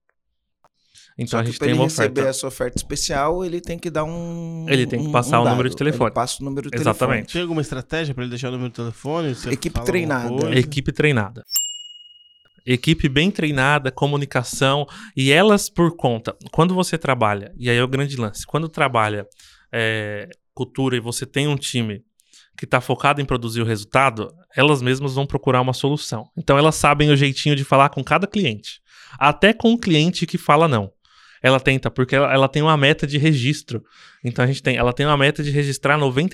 Então Só a que gente para tem ele uma receber oferta. essa oferta especial, ele tem que dar Ele tem que passar o dado. número de telefone. Ele passa o número de Exatamente. Tem alguma estratégia pra ele deixar o número de telefone? Você Equipe fala treinada. alguma coisa? Equipe treinada. Equipe bem treinada, comunicação, e elas por conta. Quando você trabalha, e aí é o grande lance, quando trabalha cultura e você tem um time que está focado em produzir o resultado, elas mesmas vão procurar uma solução. Então elas sabem o jeitinho de falar com cada cliente. Até com o cliente que fala não. Ela tenta, porque ela tem uma meta de registro. Então ela tem uma meta de registrar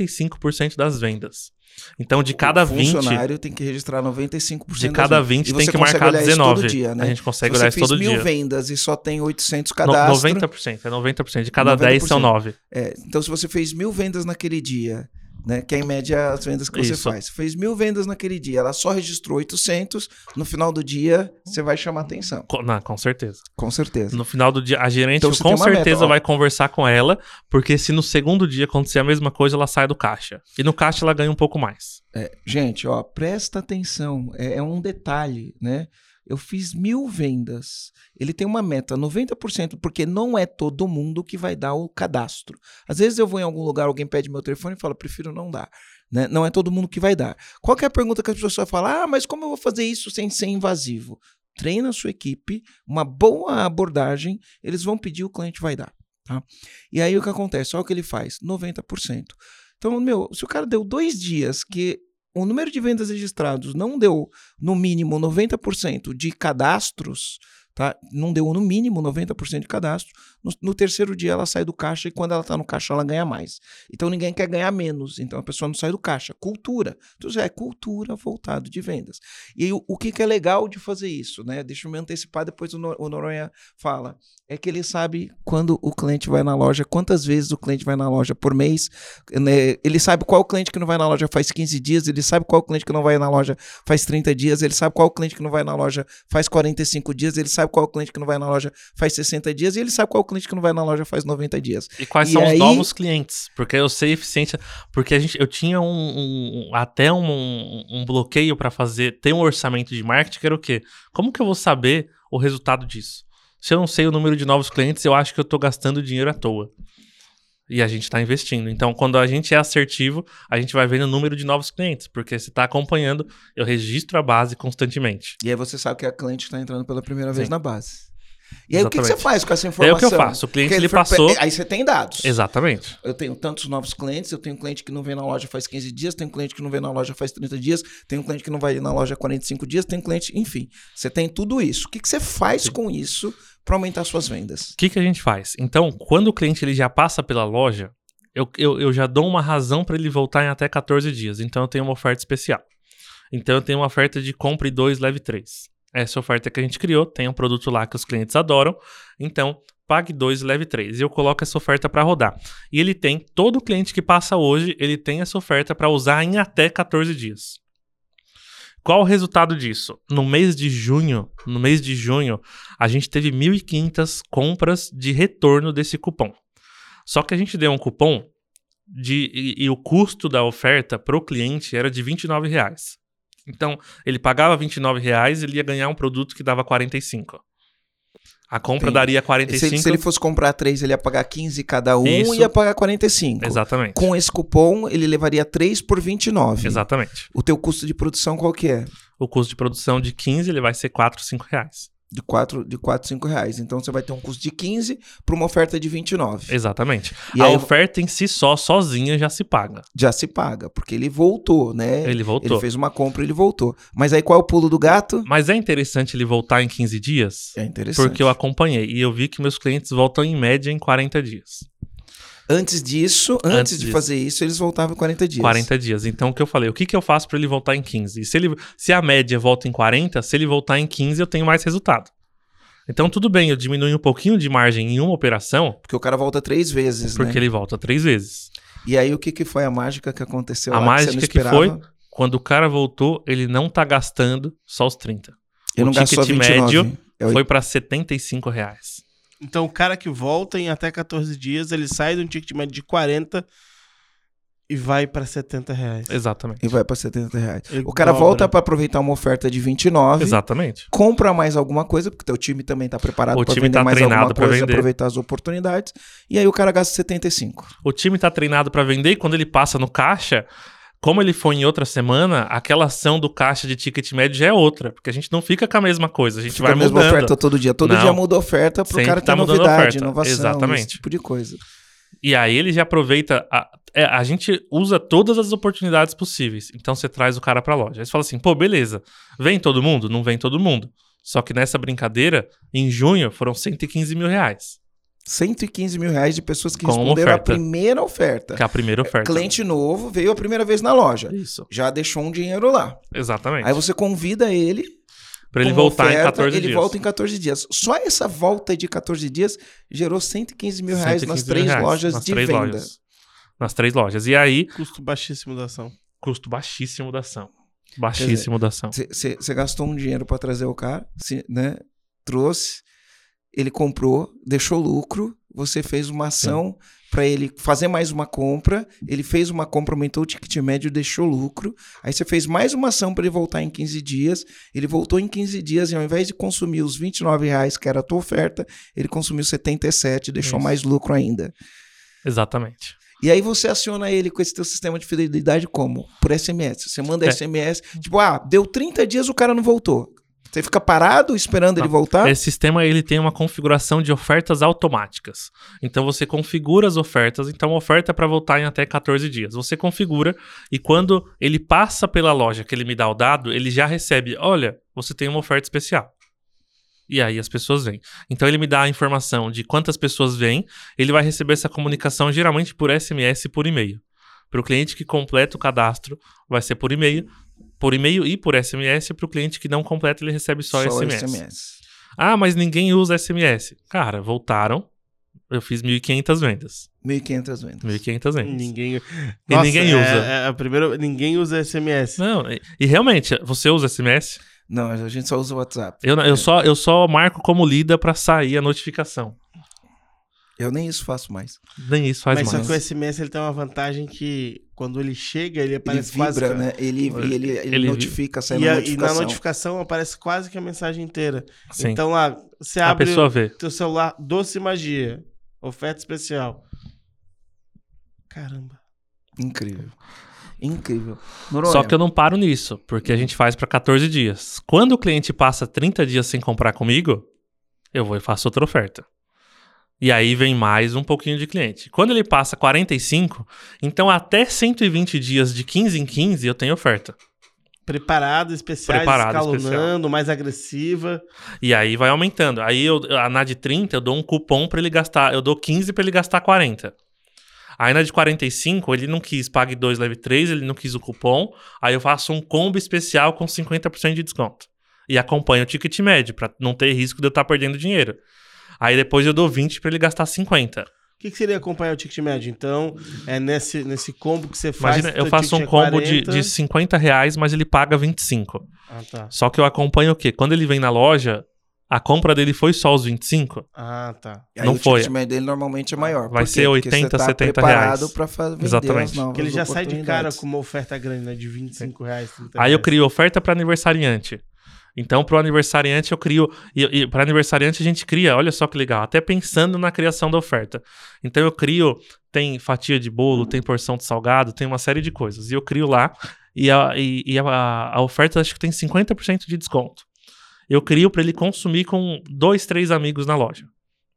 95% das vendas. Então, de cada 20... O funcionário tem que registrar 95% De cada 20 tem que marcar 19. Todo dia, né? A gente consegue olhar isso todo dia. Se você fez 1.000 vendas e só tem 800 cadastros... 90%, é 90%. De cada 10 são 9. Então, se você fez 1.000 vendas naquele dia, né, que é em média as vendas que você faz. Você fez 1.000 vendas naquele dia, ela só registrou 800, no final do dia você vai chamar atenção. Com certeza. Com certeza. No final do dia, a gerente Então, com certeza vai conversar com ela, porque se no segundo dia acontecer a mesma coisa, ela sai do caixa. E no caixa ela ganha um pouco mais. Gente, presta atenção, é um detalhe, né? Eu fiz 1.000 vendas. Ele tem uma meta, 90%, porque não é todo mundo que vai dar o cadastro. Às vezes eu vou em algum lugar, alguém pede meu telefone e fala, prefiro não dar. Né? Não é todo mundo que vai dar. Qual que é a pergunta que as pessoas falam? Mas como eu vou fazer isso sem ser invasivo? Treina a sua equipe, uma boa abordagem, eles vão pedir, o cliente vai dar. Tá? E aí o que acontece? Olha o que ele faz, 90%. Então, se o cara deu 2 dias que o número de vendas registrados não deu, no mínimo, 90% de cadastros, tá? Não deu, no mínimo, 90% de cadastro. No terceiro dia, ela sai do caixa e quando ela está no caixa, ela ganha mais. Então, ninguém quer ganhar menos. Então, a pessoa não sai do caixa. Cultura. Então, já é cultura voltado de vendas. E aí, o que é legal de fazer isso, né? Deixa eu me antecipar, depois o Noronha fala. É que ele sabe quando o cliente vai na loja, quantas vezes o cliente vai na loja por mês, né? Ele sabe qual cliente que não vai na loja faz 15 dias, ele sabe qual cliente que não vai na loja faz 30 dias, ele sabe qual cliente que não vai na loja faz 45 dias, ele sabe qual cliente que não vai na loja faz 60 dias e ele sabe qual cliente que não vai na loja faz 90 dias. E quais são os novos clientes? Porque eu sei eficiência, porque eu tinha até um bloqueio para ter um orçamento de marketing, que era o quê? Como que eu vou saber o resultado disso? Se eu não sei o número de novos clientes, eu acho que eu estou gastando dinheiro à toa. E a gente está investindo. Então, quando a gente é assertivo, a gente vai vendo o número de novos clientes, porque você está acompanhando, eu registro a base constantemente. E aí você sabe que a cliente está entrando pela primeira vez na base. E aí Exatamente. O que você faz com essa informação? É o que eu faço. O cliente ele passou... Aí você tem dados. Exatamente. Eu tenho tantos novos clientes, eu tenho um cliente que não vem na loja faz 15 dias, tenho um cliente que não vem na loja faz 30 dias, tenho um cliente que não vai na loja há 45 dias, tenho um cliente... Enfim, você tem tudo isso. O que você faz com isso para aumentar suas vendas? O que a gente faz? Então, quando o cliente ele já passa pela loja, eu já dou uma razão para ele voltar em até 14 dias. Então, eu tenho uma oferta especial. Então, eu tenho uma oferta de compre 2, leve 3. Essa oferta que a gente criou, tem um produto lá que os clientes adoram, então pague 2 e leve 3. E eu coloco essa oferta para rodar. E ele tem, todo cliente que passa hoje, ele tem essa oferta para usar em até 14 dias. Qual o resultado disso? No mês de junho, a gente teve 1.500 compras de retorno desse cupom. Só que a gente deu um cupom e o custo da oferta para o cliente era de R$29. Então, ele pagava R$29, ele ia ganhar um produto que dava 45. A compra daria 45. Se ele fosse comprar 3, ele ia pagar 15 cada um Isso. e ia pagar 45. Exatamente. Com esse cupom, ele levaria 3 por 29. Exatamente. O teu custo de produção qual que é? O custo de produção de 15, ele vai ser R$4, R$5. De 4, 5 reais. Então, você vai ter um custo de 15 para uma oferta de 29. Exatamente. E a aí, oferta em si sozinha já se paga. já se paga, porque ele voltou, né? Ele voltou. Ele fez uma compra e ele voltou. Mas aí, qual é o pulo do gato? Mas é interessante ele voltar em 15 dias? É interessante. Porque eu acompanhei e eu vi que meus clientes voltam em média em 40 dias. Antes de fazer isso, eles voltavam em 40 dias. 40 dias. Então, o que eu falei? O que eu faço para ele voltar em 15? E se a média volta em 40, se ele voltar em 15, eu tenho mais resultado. Então, tudo bem, eu diminui um pouquinho de margem em uma operação. Porque o cara volta 3 vezes, Porque né? ele volta 3 vezes. E aí, o que foi a mágica que aconteceu A lá mágica você que não foi, esperava? quando o cara voltou, ele não tá gastando só os 30. Ele não gastou ticket 29. médio É foi para R$75. Então, o cara que volta em até 14 dias, ele sai de um ticket médio de 40 e vai para R$70. Exatamente. E vai para 70 reais. Ele O cara dobra. volta para aproveitar uma oferta de 29. Exatamente. Compra mais alguma coisa, porque teu time também tá preparado O para time vender tá mais treinado alguma pra coisa, vender. aproveitar as oportunidades. E aí o cara gasta 75. O time tá treinado para vender e quando ele passa no caixa, como ele foi em outra semana, aquela ação do caixa de ticket médio já é outra. Porque a gente não fica com a mesma coisa, a gente Fica vai a mesma mudando. oferta todo dia. Todo Não. dia muda a oferta pro Sempre cara ter tá mudando a novidade, oferta. inovação, Exatamente. esse tipo de coisa. E aí ele já aproveita... A gente usa todas as oportunidades possíveis. Então você traz o cara pra loja. Aí você fala assim, pô, beleza. Vem todo mundo? Não vem todo mundo. Só que nessa brincadeira, em junho, foram R$115 mil. 115 mil reais de pessoas que Com responderam oferta. a primeira oferta. Que é a primeira oferta. Cliente novo, veio a primeira vez na loja. Isso. Já deixou um dinheiro lá. Exatamente. Aí você convida ele... Pra ele com uma voltar em oferta, 14 ele dias. volta em 14 dias. Só essa volta de 14 dias gerou 115 mil reais nas 115 três mil reais, lojas nas de três venda. lojas. Nas 3 lojas. E aí, Custo baixíssimo da ação. custo baixíssimo da ação. Baixíssimo da ação. Você gastou um dinheiro para trazer o cara, né? Trouxe, ele comprou, deixou lucro, você fez uma ação para ele fazer mais uma compra, ele fez uma compra, aumentou o ticket médio, deixou lucro, aí você fez mais uma ação para ele voltar em 15 dias, ele voltou em 15 dias e ao invés de consumir os R$29 que era a tua oferta, ele consumiu 77, deixou Isso. mais lucro ainda. Exatamente. E aí você aciona ele com esse teu sistema de fidelidade como? Por SMS. Você manda SMS, tipo, deu 30 dias, o cara não voltou. Você fica parado esperando ele voltar? Esse sistema ele tem uma configuração de ofertas automáticas. Então você configura as ofertas. Então a oferta é para voltar em até 14 dias. Você configura e quando ele passa pela loja que ele me dá o dado, ele já recebe, olha, você tem uma oferta especial. E aí as pessoas vêm. Então ele me dá a informação de quantas pessoas vêm. Ele vai receber essa comunicação geralmente por SMS e por e-mail. Para o cliente que completa o cadastro, vai ser por e-mail. Por e-mail e por SMS. Para o cliente que não completa, ele recebe só SMS. Ah, mas ninguém usa SMS. Cara, voltaram. Eu fiz 1.500 vendas. 1.500 vendas. 1.500 vendas. Ninguém... E ninguém usa. A primeira... Ninguém usa SMS. Não, e realmente, você usa SMS? Não, a gente só usa o WhatsApp. Eu só marco como lida para sair a notificação. Eu nem isso faço mais. Nem isso faz Mas mais. só que o SMS ele tem uma vantagem que quando ele chega, ele Ele aparece vibra, quase... né? Ele notifica, sai na E notificação. na notificação aparece quase que a mensagem inteira. Sim. Então lá, você A abre pessoa vê. teu celular, doce magia, oferta especial. Caramba. Incrível. Incrível. Noronha, Só que eu não paro nisso, porque a gente faz para 14 dias. Quando o cliente passa 30 dias sem comprar comigo, eu vou e faço outra oferta. E aí vem mais um pouquinho de cliente. Quando ele passa 45, então até 120 dias de 15 em 15 eu tenho oferta. Preparado, especiais, escalonando, mais agressiva. E aí vai aumentando. Aí na de 30 eu dou um cupom para ele gastar, eu dou 15 para ele gastar 40. Aí na de 45 ele não quis, pague 2, leve 3, ele não quis o cupom. Aí eu faço um combo especial com 50% de desconto. e acompanho o ticket médio, pra não ter risco de eu estar perdendo dinheiro. Aí depois eu dou 20 para ele gastar 50. O que seria acompanhar o ticket médio? Então, é nesse combo que você faz... Imagina, eu faço um combo de R$50, mas ele paga 25. Ah, tá. Só que eu acompanho o quê? Quando ele vem na loja, a compra dele foi só os 25? Ah, tá. Aí Não o foi. ticket médio dele normalmente é maior. Vai Por quê? ser 80, Porque você tá 70 preparado reais. para vender Exatamente. as novas Porque ele já sai de cara oportunidades. com uma oferta grande, né? De R$25, R$30. Aí eu crio oferta para aniversariante. Então, pro aniversariante eu crio... E para aniversariante a gente cria, olha só que legal, até pensando na criação da oferta. Então eu crio, tem fatia de bolo, tem porção de salgado, tem uma série de coisas. E eu crio lá, e a oferta acho que tem 50% de desconto. Eu crio para ele consumir com 2, 3 amigos na loja.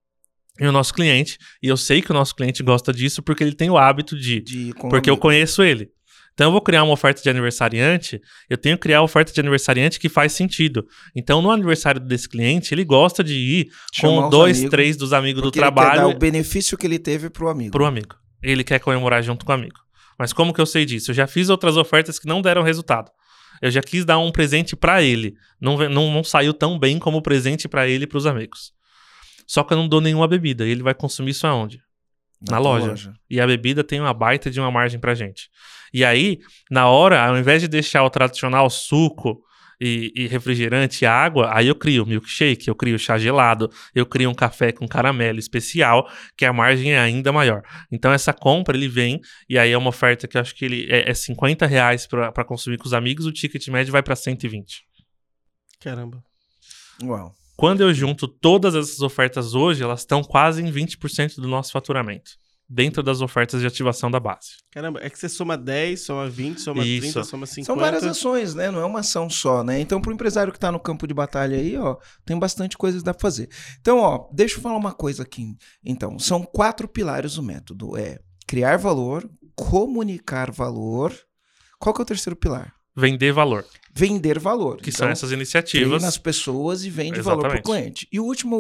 E o nosso cliente, e eu sei que o nosso cliente gosta disso porque ele tem o hábito porque eu conheço ele. Então eu vou criar uma oferta de aniversariante, eu tenho que criar uma oferta de aniversariante que faz sentido. Então no aniversário desse cliente, ele gosta de ir com 2, 3 dos amigos do trabalho. Ele quer dar o benefício que ele teve pro amigo. Pro amigo. Ele quer comemorar junto com o amigo. Mas como que eu sei disso? Eu já fiz outras ofertas que não deram resultado. Eu já quis dar um presente pra ele. Não saiu tão bem como o presente pra ele e pros amigos. Só que eu não dou nenhuma bebida. E ele vai consumir isso aonde? Na loja. E a bebida tem uma baita de uma margem pra gente. E aí, na hora, ao invés de deixar o tradicional suco e refrigerante e água, aí eu crio milkshake, eu crio chá gelado, eu crio um café com caramelo especial, que a margem é ainda maior. Então essa compra, ele vem, e aí é uma oferta que eu acho que ele é R$50 pra consumir com os amigos, o ticket médio vai pra 120. Caramba. Uau. Quando eu junto todas essas ofertas hoje, elas estão quase em 20% do nosso faturamento. Dentro das ofertas de ativação da base. Caramba, é que você soma 10, soma 20, soma Isso. 30, soma 50. São várias ações, né? Não é uma ação só, né? Então, pro empresário que tá no campo de batalha aí, ó, tem bastante coisas que dá pra fazer. Então, ó, deixa eu falar uma coisa aqui. Então, são 4 pilares do método. É criar valor, comunicar valor. Qual que é o terceiro pilar? Vender valor. Vender valor. Que são essas iniciativas. Treina as pessoas e vende Exatamente. valor pro cliente. E o último?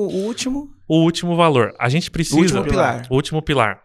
O último valor. A gente precisa... O último pilar. O último pilar.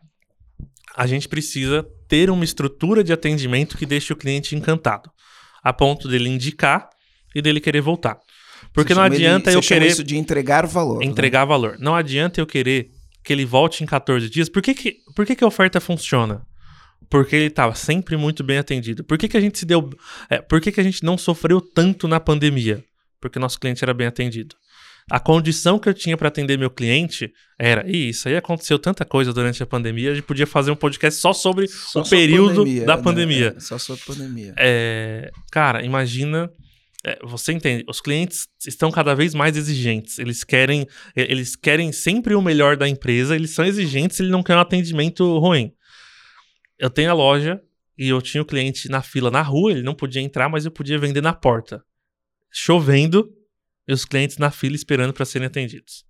A gente precisa ter uma estrutura de atendimento que deixe o cliente encantado. A ponto dele indicar e dele querer voltar. Porque não adianta eu querer... isso de entregar valor. Entregar valor. Não adianta eu querer que ele volte em 14 dias. Por que a oferta funciona? Porque ele estava sempre muito bem atendido. Por que a gente por que a gente não sofreu tanto na pandemia? Porque nosso cliente era bem atendido. A condição que eu tinha para atender meu cliente era... isso aí aconteceu tanta coisa durante a pandemia, a gente podia fazer um podcast só sobre o período da pandemia. Né? Só sobre pandemia. Cara, imagina... você entende, os clientes estão cada vez mais exigentes. Eles querem sempre o melhor da empresa, eles são exigentes, eles não querem um atendimento ruim. Eu tenho a loja e eu tinha o cliente na fila na rua, ele não podia entrar, mas eu podia vender na porta. Chovendo, e os clientes na fila esperando para serem atendidos.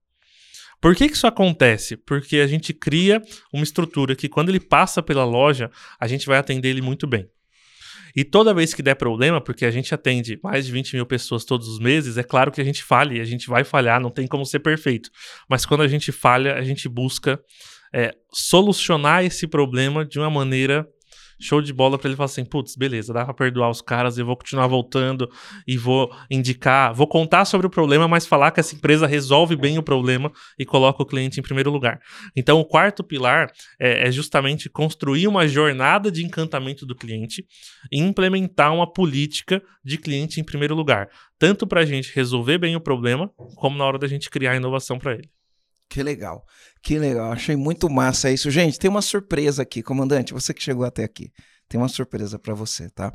Por que isso acontece? Porque a gente cria uma estrutura que quando ele passa pela loja, a gente vai atender ele muito bem. E toda vez que der problema, porque a gente atende mais de 20 mil pessoas todos os meses, é claro que a gente falha e a gente vai falhar, não tem como ser perfeito. Mas quando a gente falha, a gente busca solucionar esse problema de uma maneira show de bola para ele falar assim, putz, beleza, dá pra perdoar os caras, eu vou continuar voltando e vou indicar, vou contar sobre o problema, mas falar que essa empresa resolve bem o problema e coloca o cliente em primeiro lugar. Então, o quarto pilar é justamente construir uma jornada de encantamento do cliente e implementar uma política de cliente em primeiro lugar, tanto pra gente resolver bem o problema, como na hora da gente criar inovação para ele. Que legal, achei muito massa isso. Gente, tem uma surpresa aqui, comandante, você que chegou até aqui, tem uma surpresa para você, tá?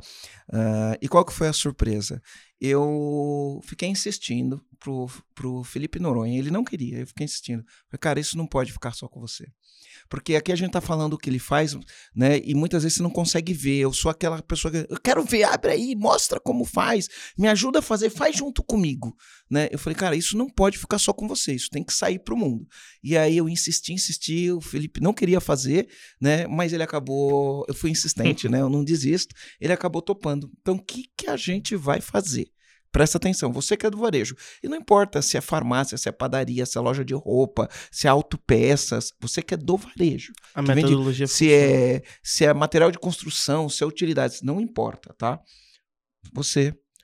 E qual que foi a surpresa? Eu fiquei insistindo pro Felipe Noronha, ele não queria, eu fiquei insistindo. Falei, cara, isso não pode ficar só com você. Porque aqui a gente tá falando o que ele faz, né? E muitas vezes você não consegue ver. Eu sou aquela pessoa que eu quero ver, abre aí, mostra como faz, me ajuda a fazer, faz junto comigo, né? Eu falei, cara, isso não pode ficar só com você, isso tem que sair pro mundo. E aí eu insisti, o Felipe não queria fazer, né? Mas ele acabou, eu fui insistente, né? Eu não desisto, ele acabou topando. Então, o que a gente vai fazer? Presta atenção, você que é do varejo. E não importa se é farmácia, se é padaria, se é loja de roupa, se é autopeças, você que é do varejo. A metodologia se é material de construção, se é utilidades, não importa, tá? Você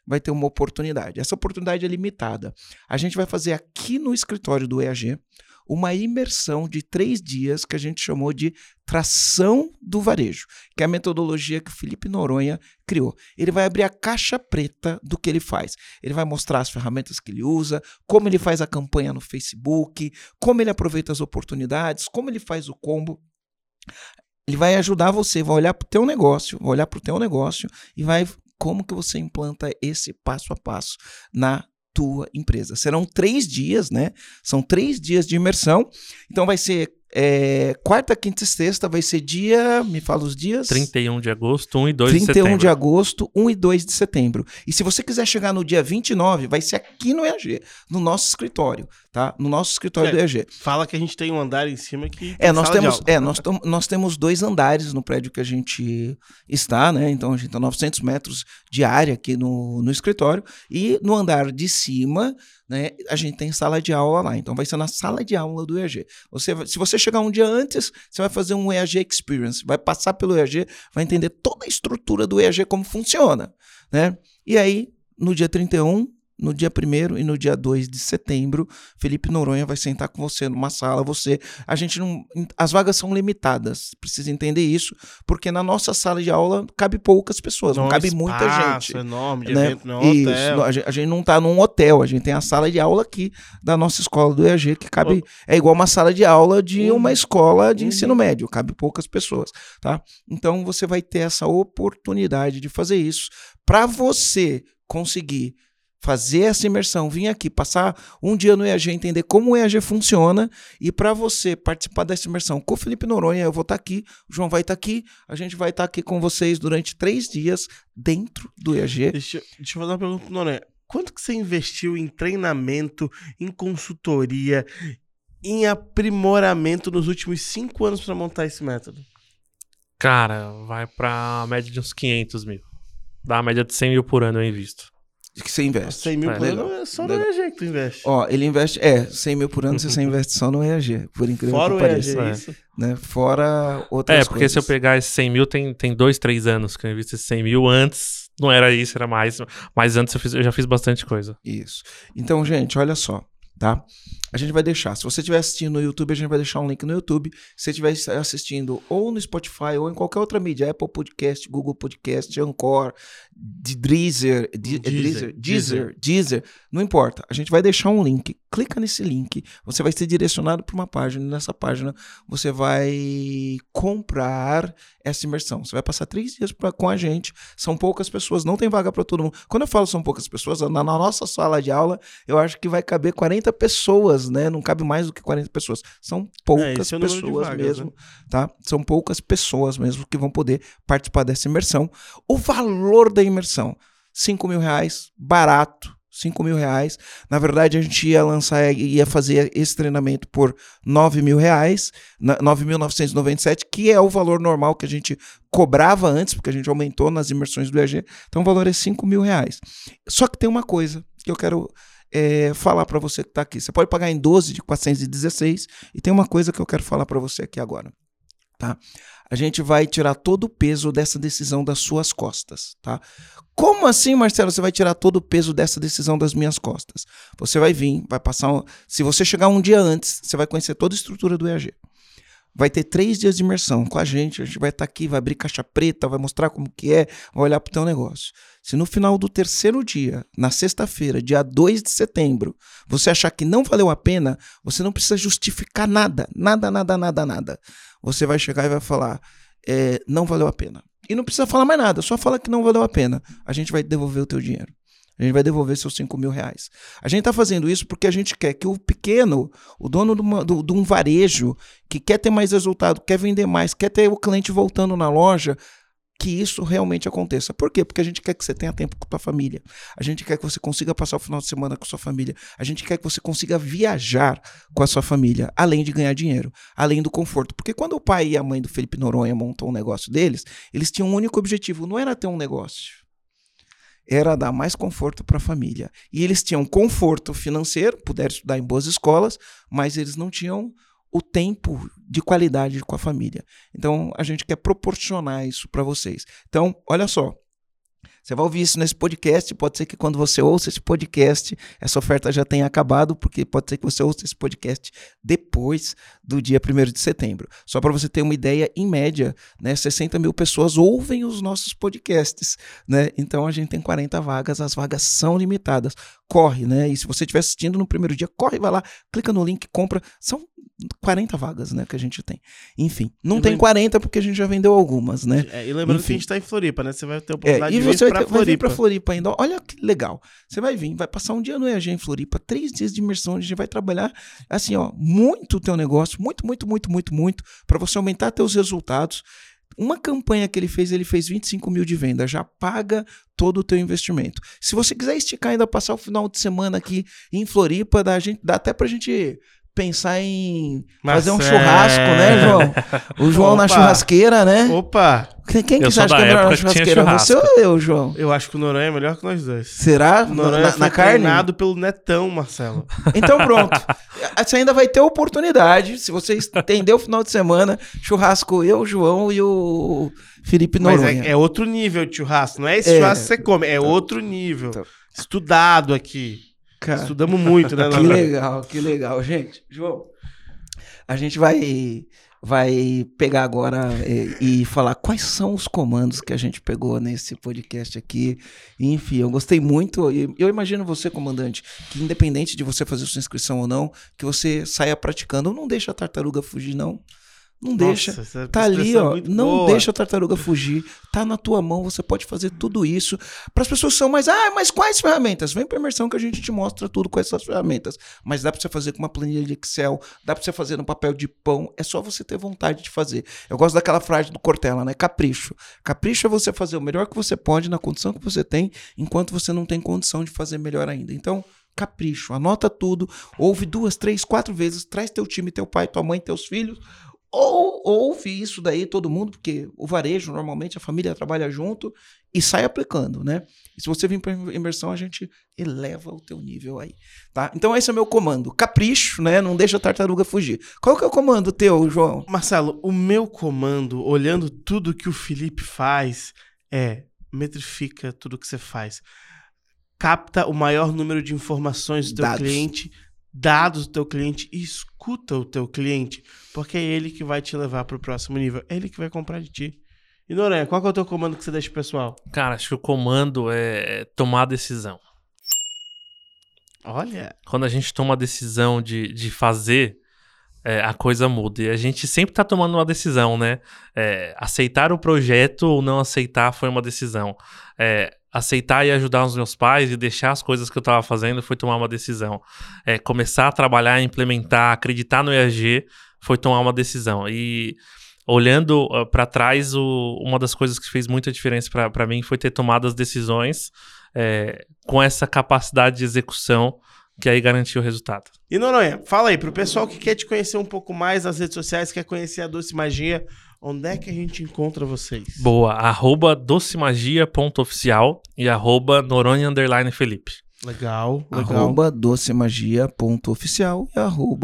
vai ter uma oportunidade. Essa oportunidade é limitada. A gente vai fazer aqui no escritório do EAG uma imersão de 3 dias que a gente chamou de tração do varejo, que é a metodologia que o Felipe Noronha criou. Ele vai abrir a caixa preta do que ele faz. Ele vai mostrar as ferramentas que ele usa, como ele faz a campanha no Facebook, como ele aproveita as oportunidades, como ele faz o combo. Ele vai ajudar você, vai olhar para o teu negócio, e vai como que você implanta esse passo a passo na tua empresa. Serão 3 dias, né? São 3 dias de imersão. Então vai ser quarta, quinta e sexta, vai ser dia, me fala os dias. 31 de agosto, 1 e 2 de setembro. 31 de agosto, 1 e 2 de setembro. E se você quiser chegar no dia 29, vai ser aqui no EAG, no nosso escritório, tá? No nosso escritório do EAG. Fala que a gente tem um andar em cima que nós temos 2 andares no prédio que a gente está, né? Então a gente está 900 metros de área aqui no escritório, e no andar de cima, né, a gente tem sala de aula lá. Então vai ser na sala de aula do EAG. Se você chegar um dia antes, você vai fazer um EAG Experience, vai passar pelo EAG, vai entender toda a estrutura do EAG, como funciona, né? E aí, no dia 31, no dia 1º e no dia 2 de setembro, Felipe Noronha vai sentar com você numa sala. As vagas são limitadas, precisa entender isso, porque na nossa sala de aula cabe poucas pessoas, não cabe muita gente. Enorme, de né? evento, não é um hotel. A gente não está num hotel, a gente tem a sala de aula aqui da nossa escola do EAG, que cabe, é igual uma sala de aula de uma escola de ensino médio, cabe poucas pessoas, tá? Então você vai ter essa oportunidade de fazer isso para você conseguir fazer essa imersão, vir aqui, passar um dia no EAG, entender como o EAG funciona, e para você participar dessa imersão com o Felipe Noronha, eu vou estar aqui, o João vai estar aqui, a gente vai estar aqui com vocês durante 3 dias dentro do EAG. Deixa eu fazer uma pergunta pro Noronha. Quanto que você investiu em treinamento, em consultoria, em aprimoramento nos últimos 5 anos para montar esse método? Cara, vai pra média de uns 500 mil. Dá uma média de 100 mil por ano eu invisto. Que você investe. 100 mil por ano é só no EAG que tu investe. Ó, ele investe, 100 mil por ano você investe só no EAG, por incrível Fora que pareça. Fora o EAG, isso. Né? Fora outras coisas. Porque se eu pegar esses 100 mil, tem 2, 3 anos que eu invisto esses 100 mil. Antes não era isso, era mais. Mas antes eu já fiz bastante coisa. Isso. Então, gente, olha só, tá? A gente vai deixar, se você estiver assistindo no YouTube, a gente vai deixar um link no YouTube. Se você estiver assistindo ou no Spotify ou em qualquer outra mídia, Apple Podcast, Google Podcast, Anchor, Deezer, não importa. A gente vai deixar um link. Clica nesse link, você vai ser direcionado para uma página. E nessa página você vai comprar essa imersão. Você vai passar 3 dias com a gente. São poucas pessoas, não tem vaga para todo mundo. Quando eu falo são poucas pessoas, na nossa sala de aula, eu acho que vai caber 40 pessoas, né? Não cabe mais do que 40 pessoas. São poucas pessoas vagas, mesmo, né? Tá? São poucas pessoas mesmo que vão poder participar dessa imersão. O valor da imersão, R$5.000, barato. R$5.000. Na verdade, a gente ia fazer esse treinamento por R$9.000, 9.997, que é o valor normal que a gente cobrava antes, porque a gente aumentou nas imersões do EAG. Então, o valor é R$5.000. Só que tem uma coisa que eu quero falar para você que está aqui. Você pode pagar em 12 de 416, e tem uma coisa que eu quero falar para você aqui agora. Tá? A gente vai tirar todo o peso dessa decisão das suas costas, tá? Como assim, Marcelo, você vai tirar todo o peso dessa decisão das minhas costas? Você vai vir, vai passar... Se você chegar um dia antes, você vai conhecer toda a estrutura do EAG. Vai ter 3 dias de imersão com a gente vai estar aqui, vai abrir caixa preta, vai mostrar como que é, vai olhar para o teu negócio. Se no final do 3º dia, na sexta-feira, dia 2 de setembro, você achar que não valeu a pena, você não precisa justificar nada. Você vai chegar e vai falar, não valeu a pena. E não precisa falar mais nada, só fala que não valeu a pena. A gente vai devolver o teu dinheiro. A gente vai devolver seus R$5.000. A gente está fazendo isso porque a gente quer que o pequeno, o dono de um varejo, que quer ter mais resultado, quer vender mais, quer ter o cliente voltando na loja, que isso realmente aconteça. Por quê? Porque a gente quer que você tenha tempo com a tua família. A gente quer que você consiga passar o final de semana com a sua família. A gente quer que você consiga viajar com a sua família, além de ganhar dinheiro, além do conforto. Porque quando o pai e a mãe do Felipe Noronha montou um negócio deles, eles tinham um único objetivo, não era ter um negócio. Era dar mais conforto para a família. E eles tinham conforto financeiro, puderam estudar em boas escolas, mas eles não tinham o tempo de qualidade com a família. Então, a gente quer proporcionar isso para vocês. Então, olha só, Você vai ouvir isso nesse podcast, pode ser que quando você ouça esse podcast, essa oferta já tenha acabado, porque pode ser que você ouça esse podcast depois do dia 1º de setembro. Só para você ter uma ideia, em média, né, 60 mil pessoas ouvem os nossos podcasts, né? Então a gente tem 40 vagas, as vagas são limitadas. Corre, né? E se você estiver assistindo no primeiro dia, corre, vai lá, clica no link, compra. São 40 vagas, né, que a gente tem. Enfim, não tem 40 porque a gente já vendeu algumas, né? E lembrando que a gente tá em Floripa, né? Você vai ter a oportunidade e de você vir pra vai vir Floripa. pra Floripa ainda. Olha que legal. Você vai vir, vai passar um dia no EAG em Floripa, 3 dias de imersão, a gente vai trabalhar, assim, ó, muito o teu negócio, muito, pra você aumentar teus resultados. Uma campanha que ele fez 25 mil de venda, já paga todo o teu investimento. Se você quiser esticar ainda, passar o final de semana aqui em Floripa, dá até pra gente pensar em fazer um churrasco, né, João? O João na churrasqueira, né? Opa! Quem que você acha que é melhor na churrasqueira? Você ou eu, João? Eu acho que o Noronha é melhor que nós dois. Será? O Noronha foi na carne? treinado pelo Netão, Marcelo. Então pronto. Você ainda vai ter oportunidade, se você estender o final de semana, churrasco eu, o João e o Felipe Noronha. Mas é outro nível de churrasco. Não é esse churrasco que você come, é outro nível. Estudado aqui. Cara, estudamos muito, né? Que legal, gente. João, a gente vai pegar agora e falar quais são os comandos que a gente pegou nesse podcast aqui. Enfim, eu gostei muito. Eu imagino você, comandante, que independente de você fazer sua inscrição ou não, que você saia praticando. Não deixa a tartaruga fugir, não. Não deixa, tá ali, ó, não deixa a tartaruga fugir, tá na tua mão, você pode fazer tudo isso. Para as pessoas que são mas quais ferramentas? Vem pra imersão que a gente te mostra tudo com essas ferramentas. Mas dá para você fazer com uma planilha de Excel, dá para você fazer no papel de pão, é só você ter vontade de fazer. Eu gosto daquela frase do Cortella, né? Capricho. Capricho é você fazer o melhor que você pode na condição que você tem, enquanto você não tem condição de fazer melhor ainda. Então, capricho, anota tudo, ouve 2, 3, 4 vezes, traz teu time, teu pai, tua mãe, teus filhos. Ou ouve isso daí todo mundo, porque o varejo, normalmente, a família trabalha junto e sai aplicando, né? E se você vir para imersão, a gente eleva o teu nível aí, tá? Então esse é o meu comando. Capricho, né? Não deixa a tartaruga fugir. Qual que é o comando teu, João? Marcelo, o meu comando, olhando tudo que o Felipe faz, metrifica tudo que você faz. Capta o maior número de informações do teu cliente, dados do teu cliente e escuta o teu cliente, porque é ele que vai te levar pro próximo nível, é ele que vai comprar de ti. E Noronha, qual que é o teu comando que você deixa pro pessoal? Cara, acho que o comando é tomar a decisão. Olha! Quando a gente toma a decisão de fazer, a coisa muda. E a gente sempre tá tomando uma decisão, né? Aceitar o projeto ou não aceitar foi uma decisão. Aceitar e ajudar os meus pais e deixar as coisas que eu tava fazendo foi tomar uma decisão. Começar a trabalhar, implementar, acreditar no EAG foi tomar uma decisão. E olhando para trás, uma das coisas que fez muita diferença para mim foi ter tomado as decisões com essa capacidade de execução que aí garantiu o resultado. E Noronha, fala aí, pro pessoal que quer te conhecer um pouco mais nas redes sociais, quer conhecer a Doce Magia, onde é que a gente encontra vocês? Boa, @docemagia.oficial e @Noronha_Felipe. Legal. @docemagia.oficial e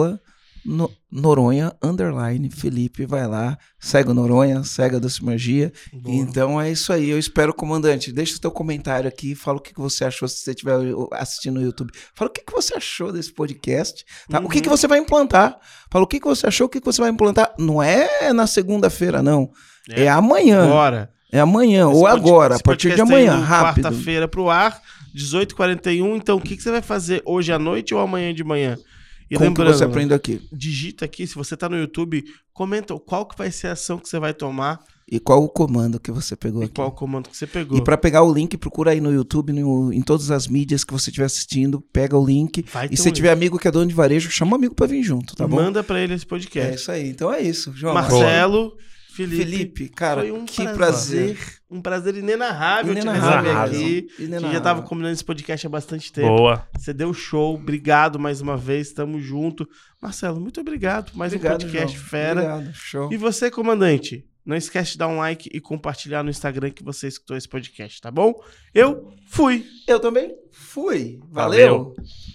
@Noronha_Felipe. Vai lá, segue o Noronha, segue a Doce Magia. Boa. Então é isso aí. Eu espero, comandante, deixa o teu comentário aqui, fala o que você achou, se você estiver assistindo no YouTube. Fala o que você achou desse podcast, tá? O que você vai implantar. Fala o que você achou, o que você vai implantar. Não é na segunda-feira, não. É amanhã. Agora. É amanhã, ou agora, a partir de amanhã, rápido. Quarta-feira pro ar, 18h41. Então, o que você vai fazer hoje à noite ou amanhã de manhã? E como que você aprende aqui? Digita aqui, se você tá no YouTube, comenta qual que vai ser a ação que você vai tomar. E qual o comando que você pegou aqui. Qual o comando que você pegou. E para pegar o link, procura aí no YouTube, em todas as mídias que você estiver assistindo, pega o link. E se tiver amigo que é dono de varejo, chama um amigo para vir junto, tá bom? Manda para ele esse podcast. É isso aí. Então é isso, João. Marcelo, Felipe, cara, foi que prazer. Um prazer inenarrável te receber aqui. A gente já tava combinando esse podcast há bastante tempo. Boa. Você deu show. Obrigado mais uma vez. Tamo junto. Marcelo, muito obrigado por mais um podcast, João. Fera. Obrigado, show. E você, comandante, não esquece de dar um like e compartilhar no Instagram que você escutou esse podcast, tá bom? Eu fui. Eu também fui. Valeu.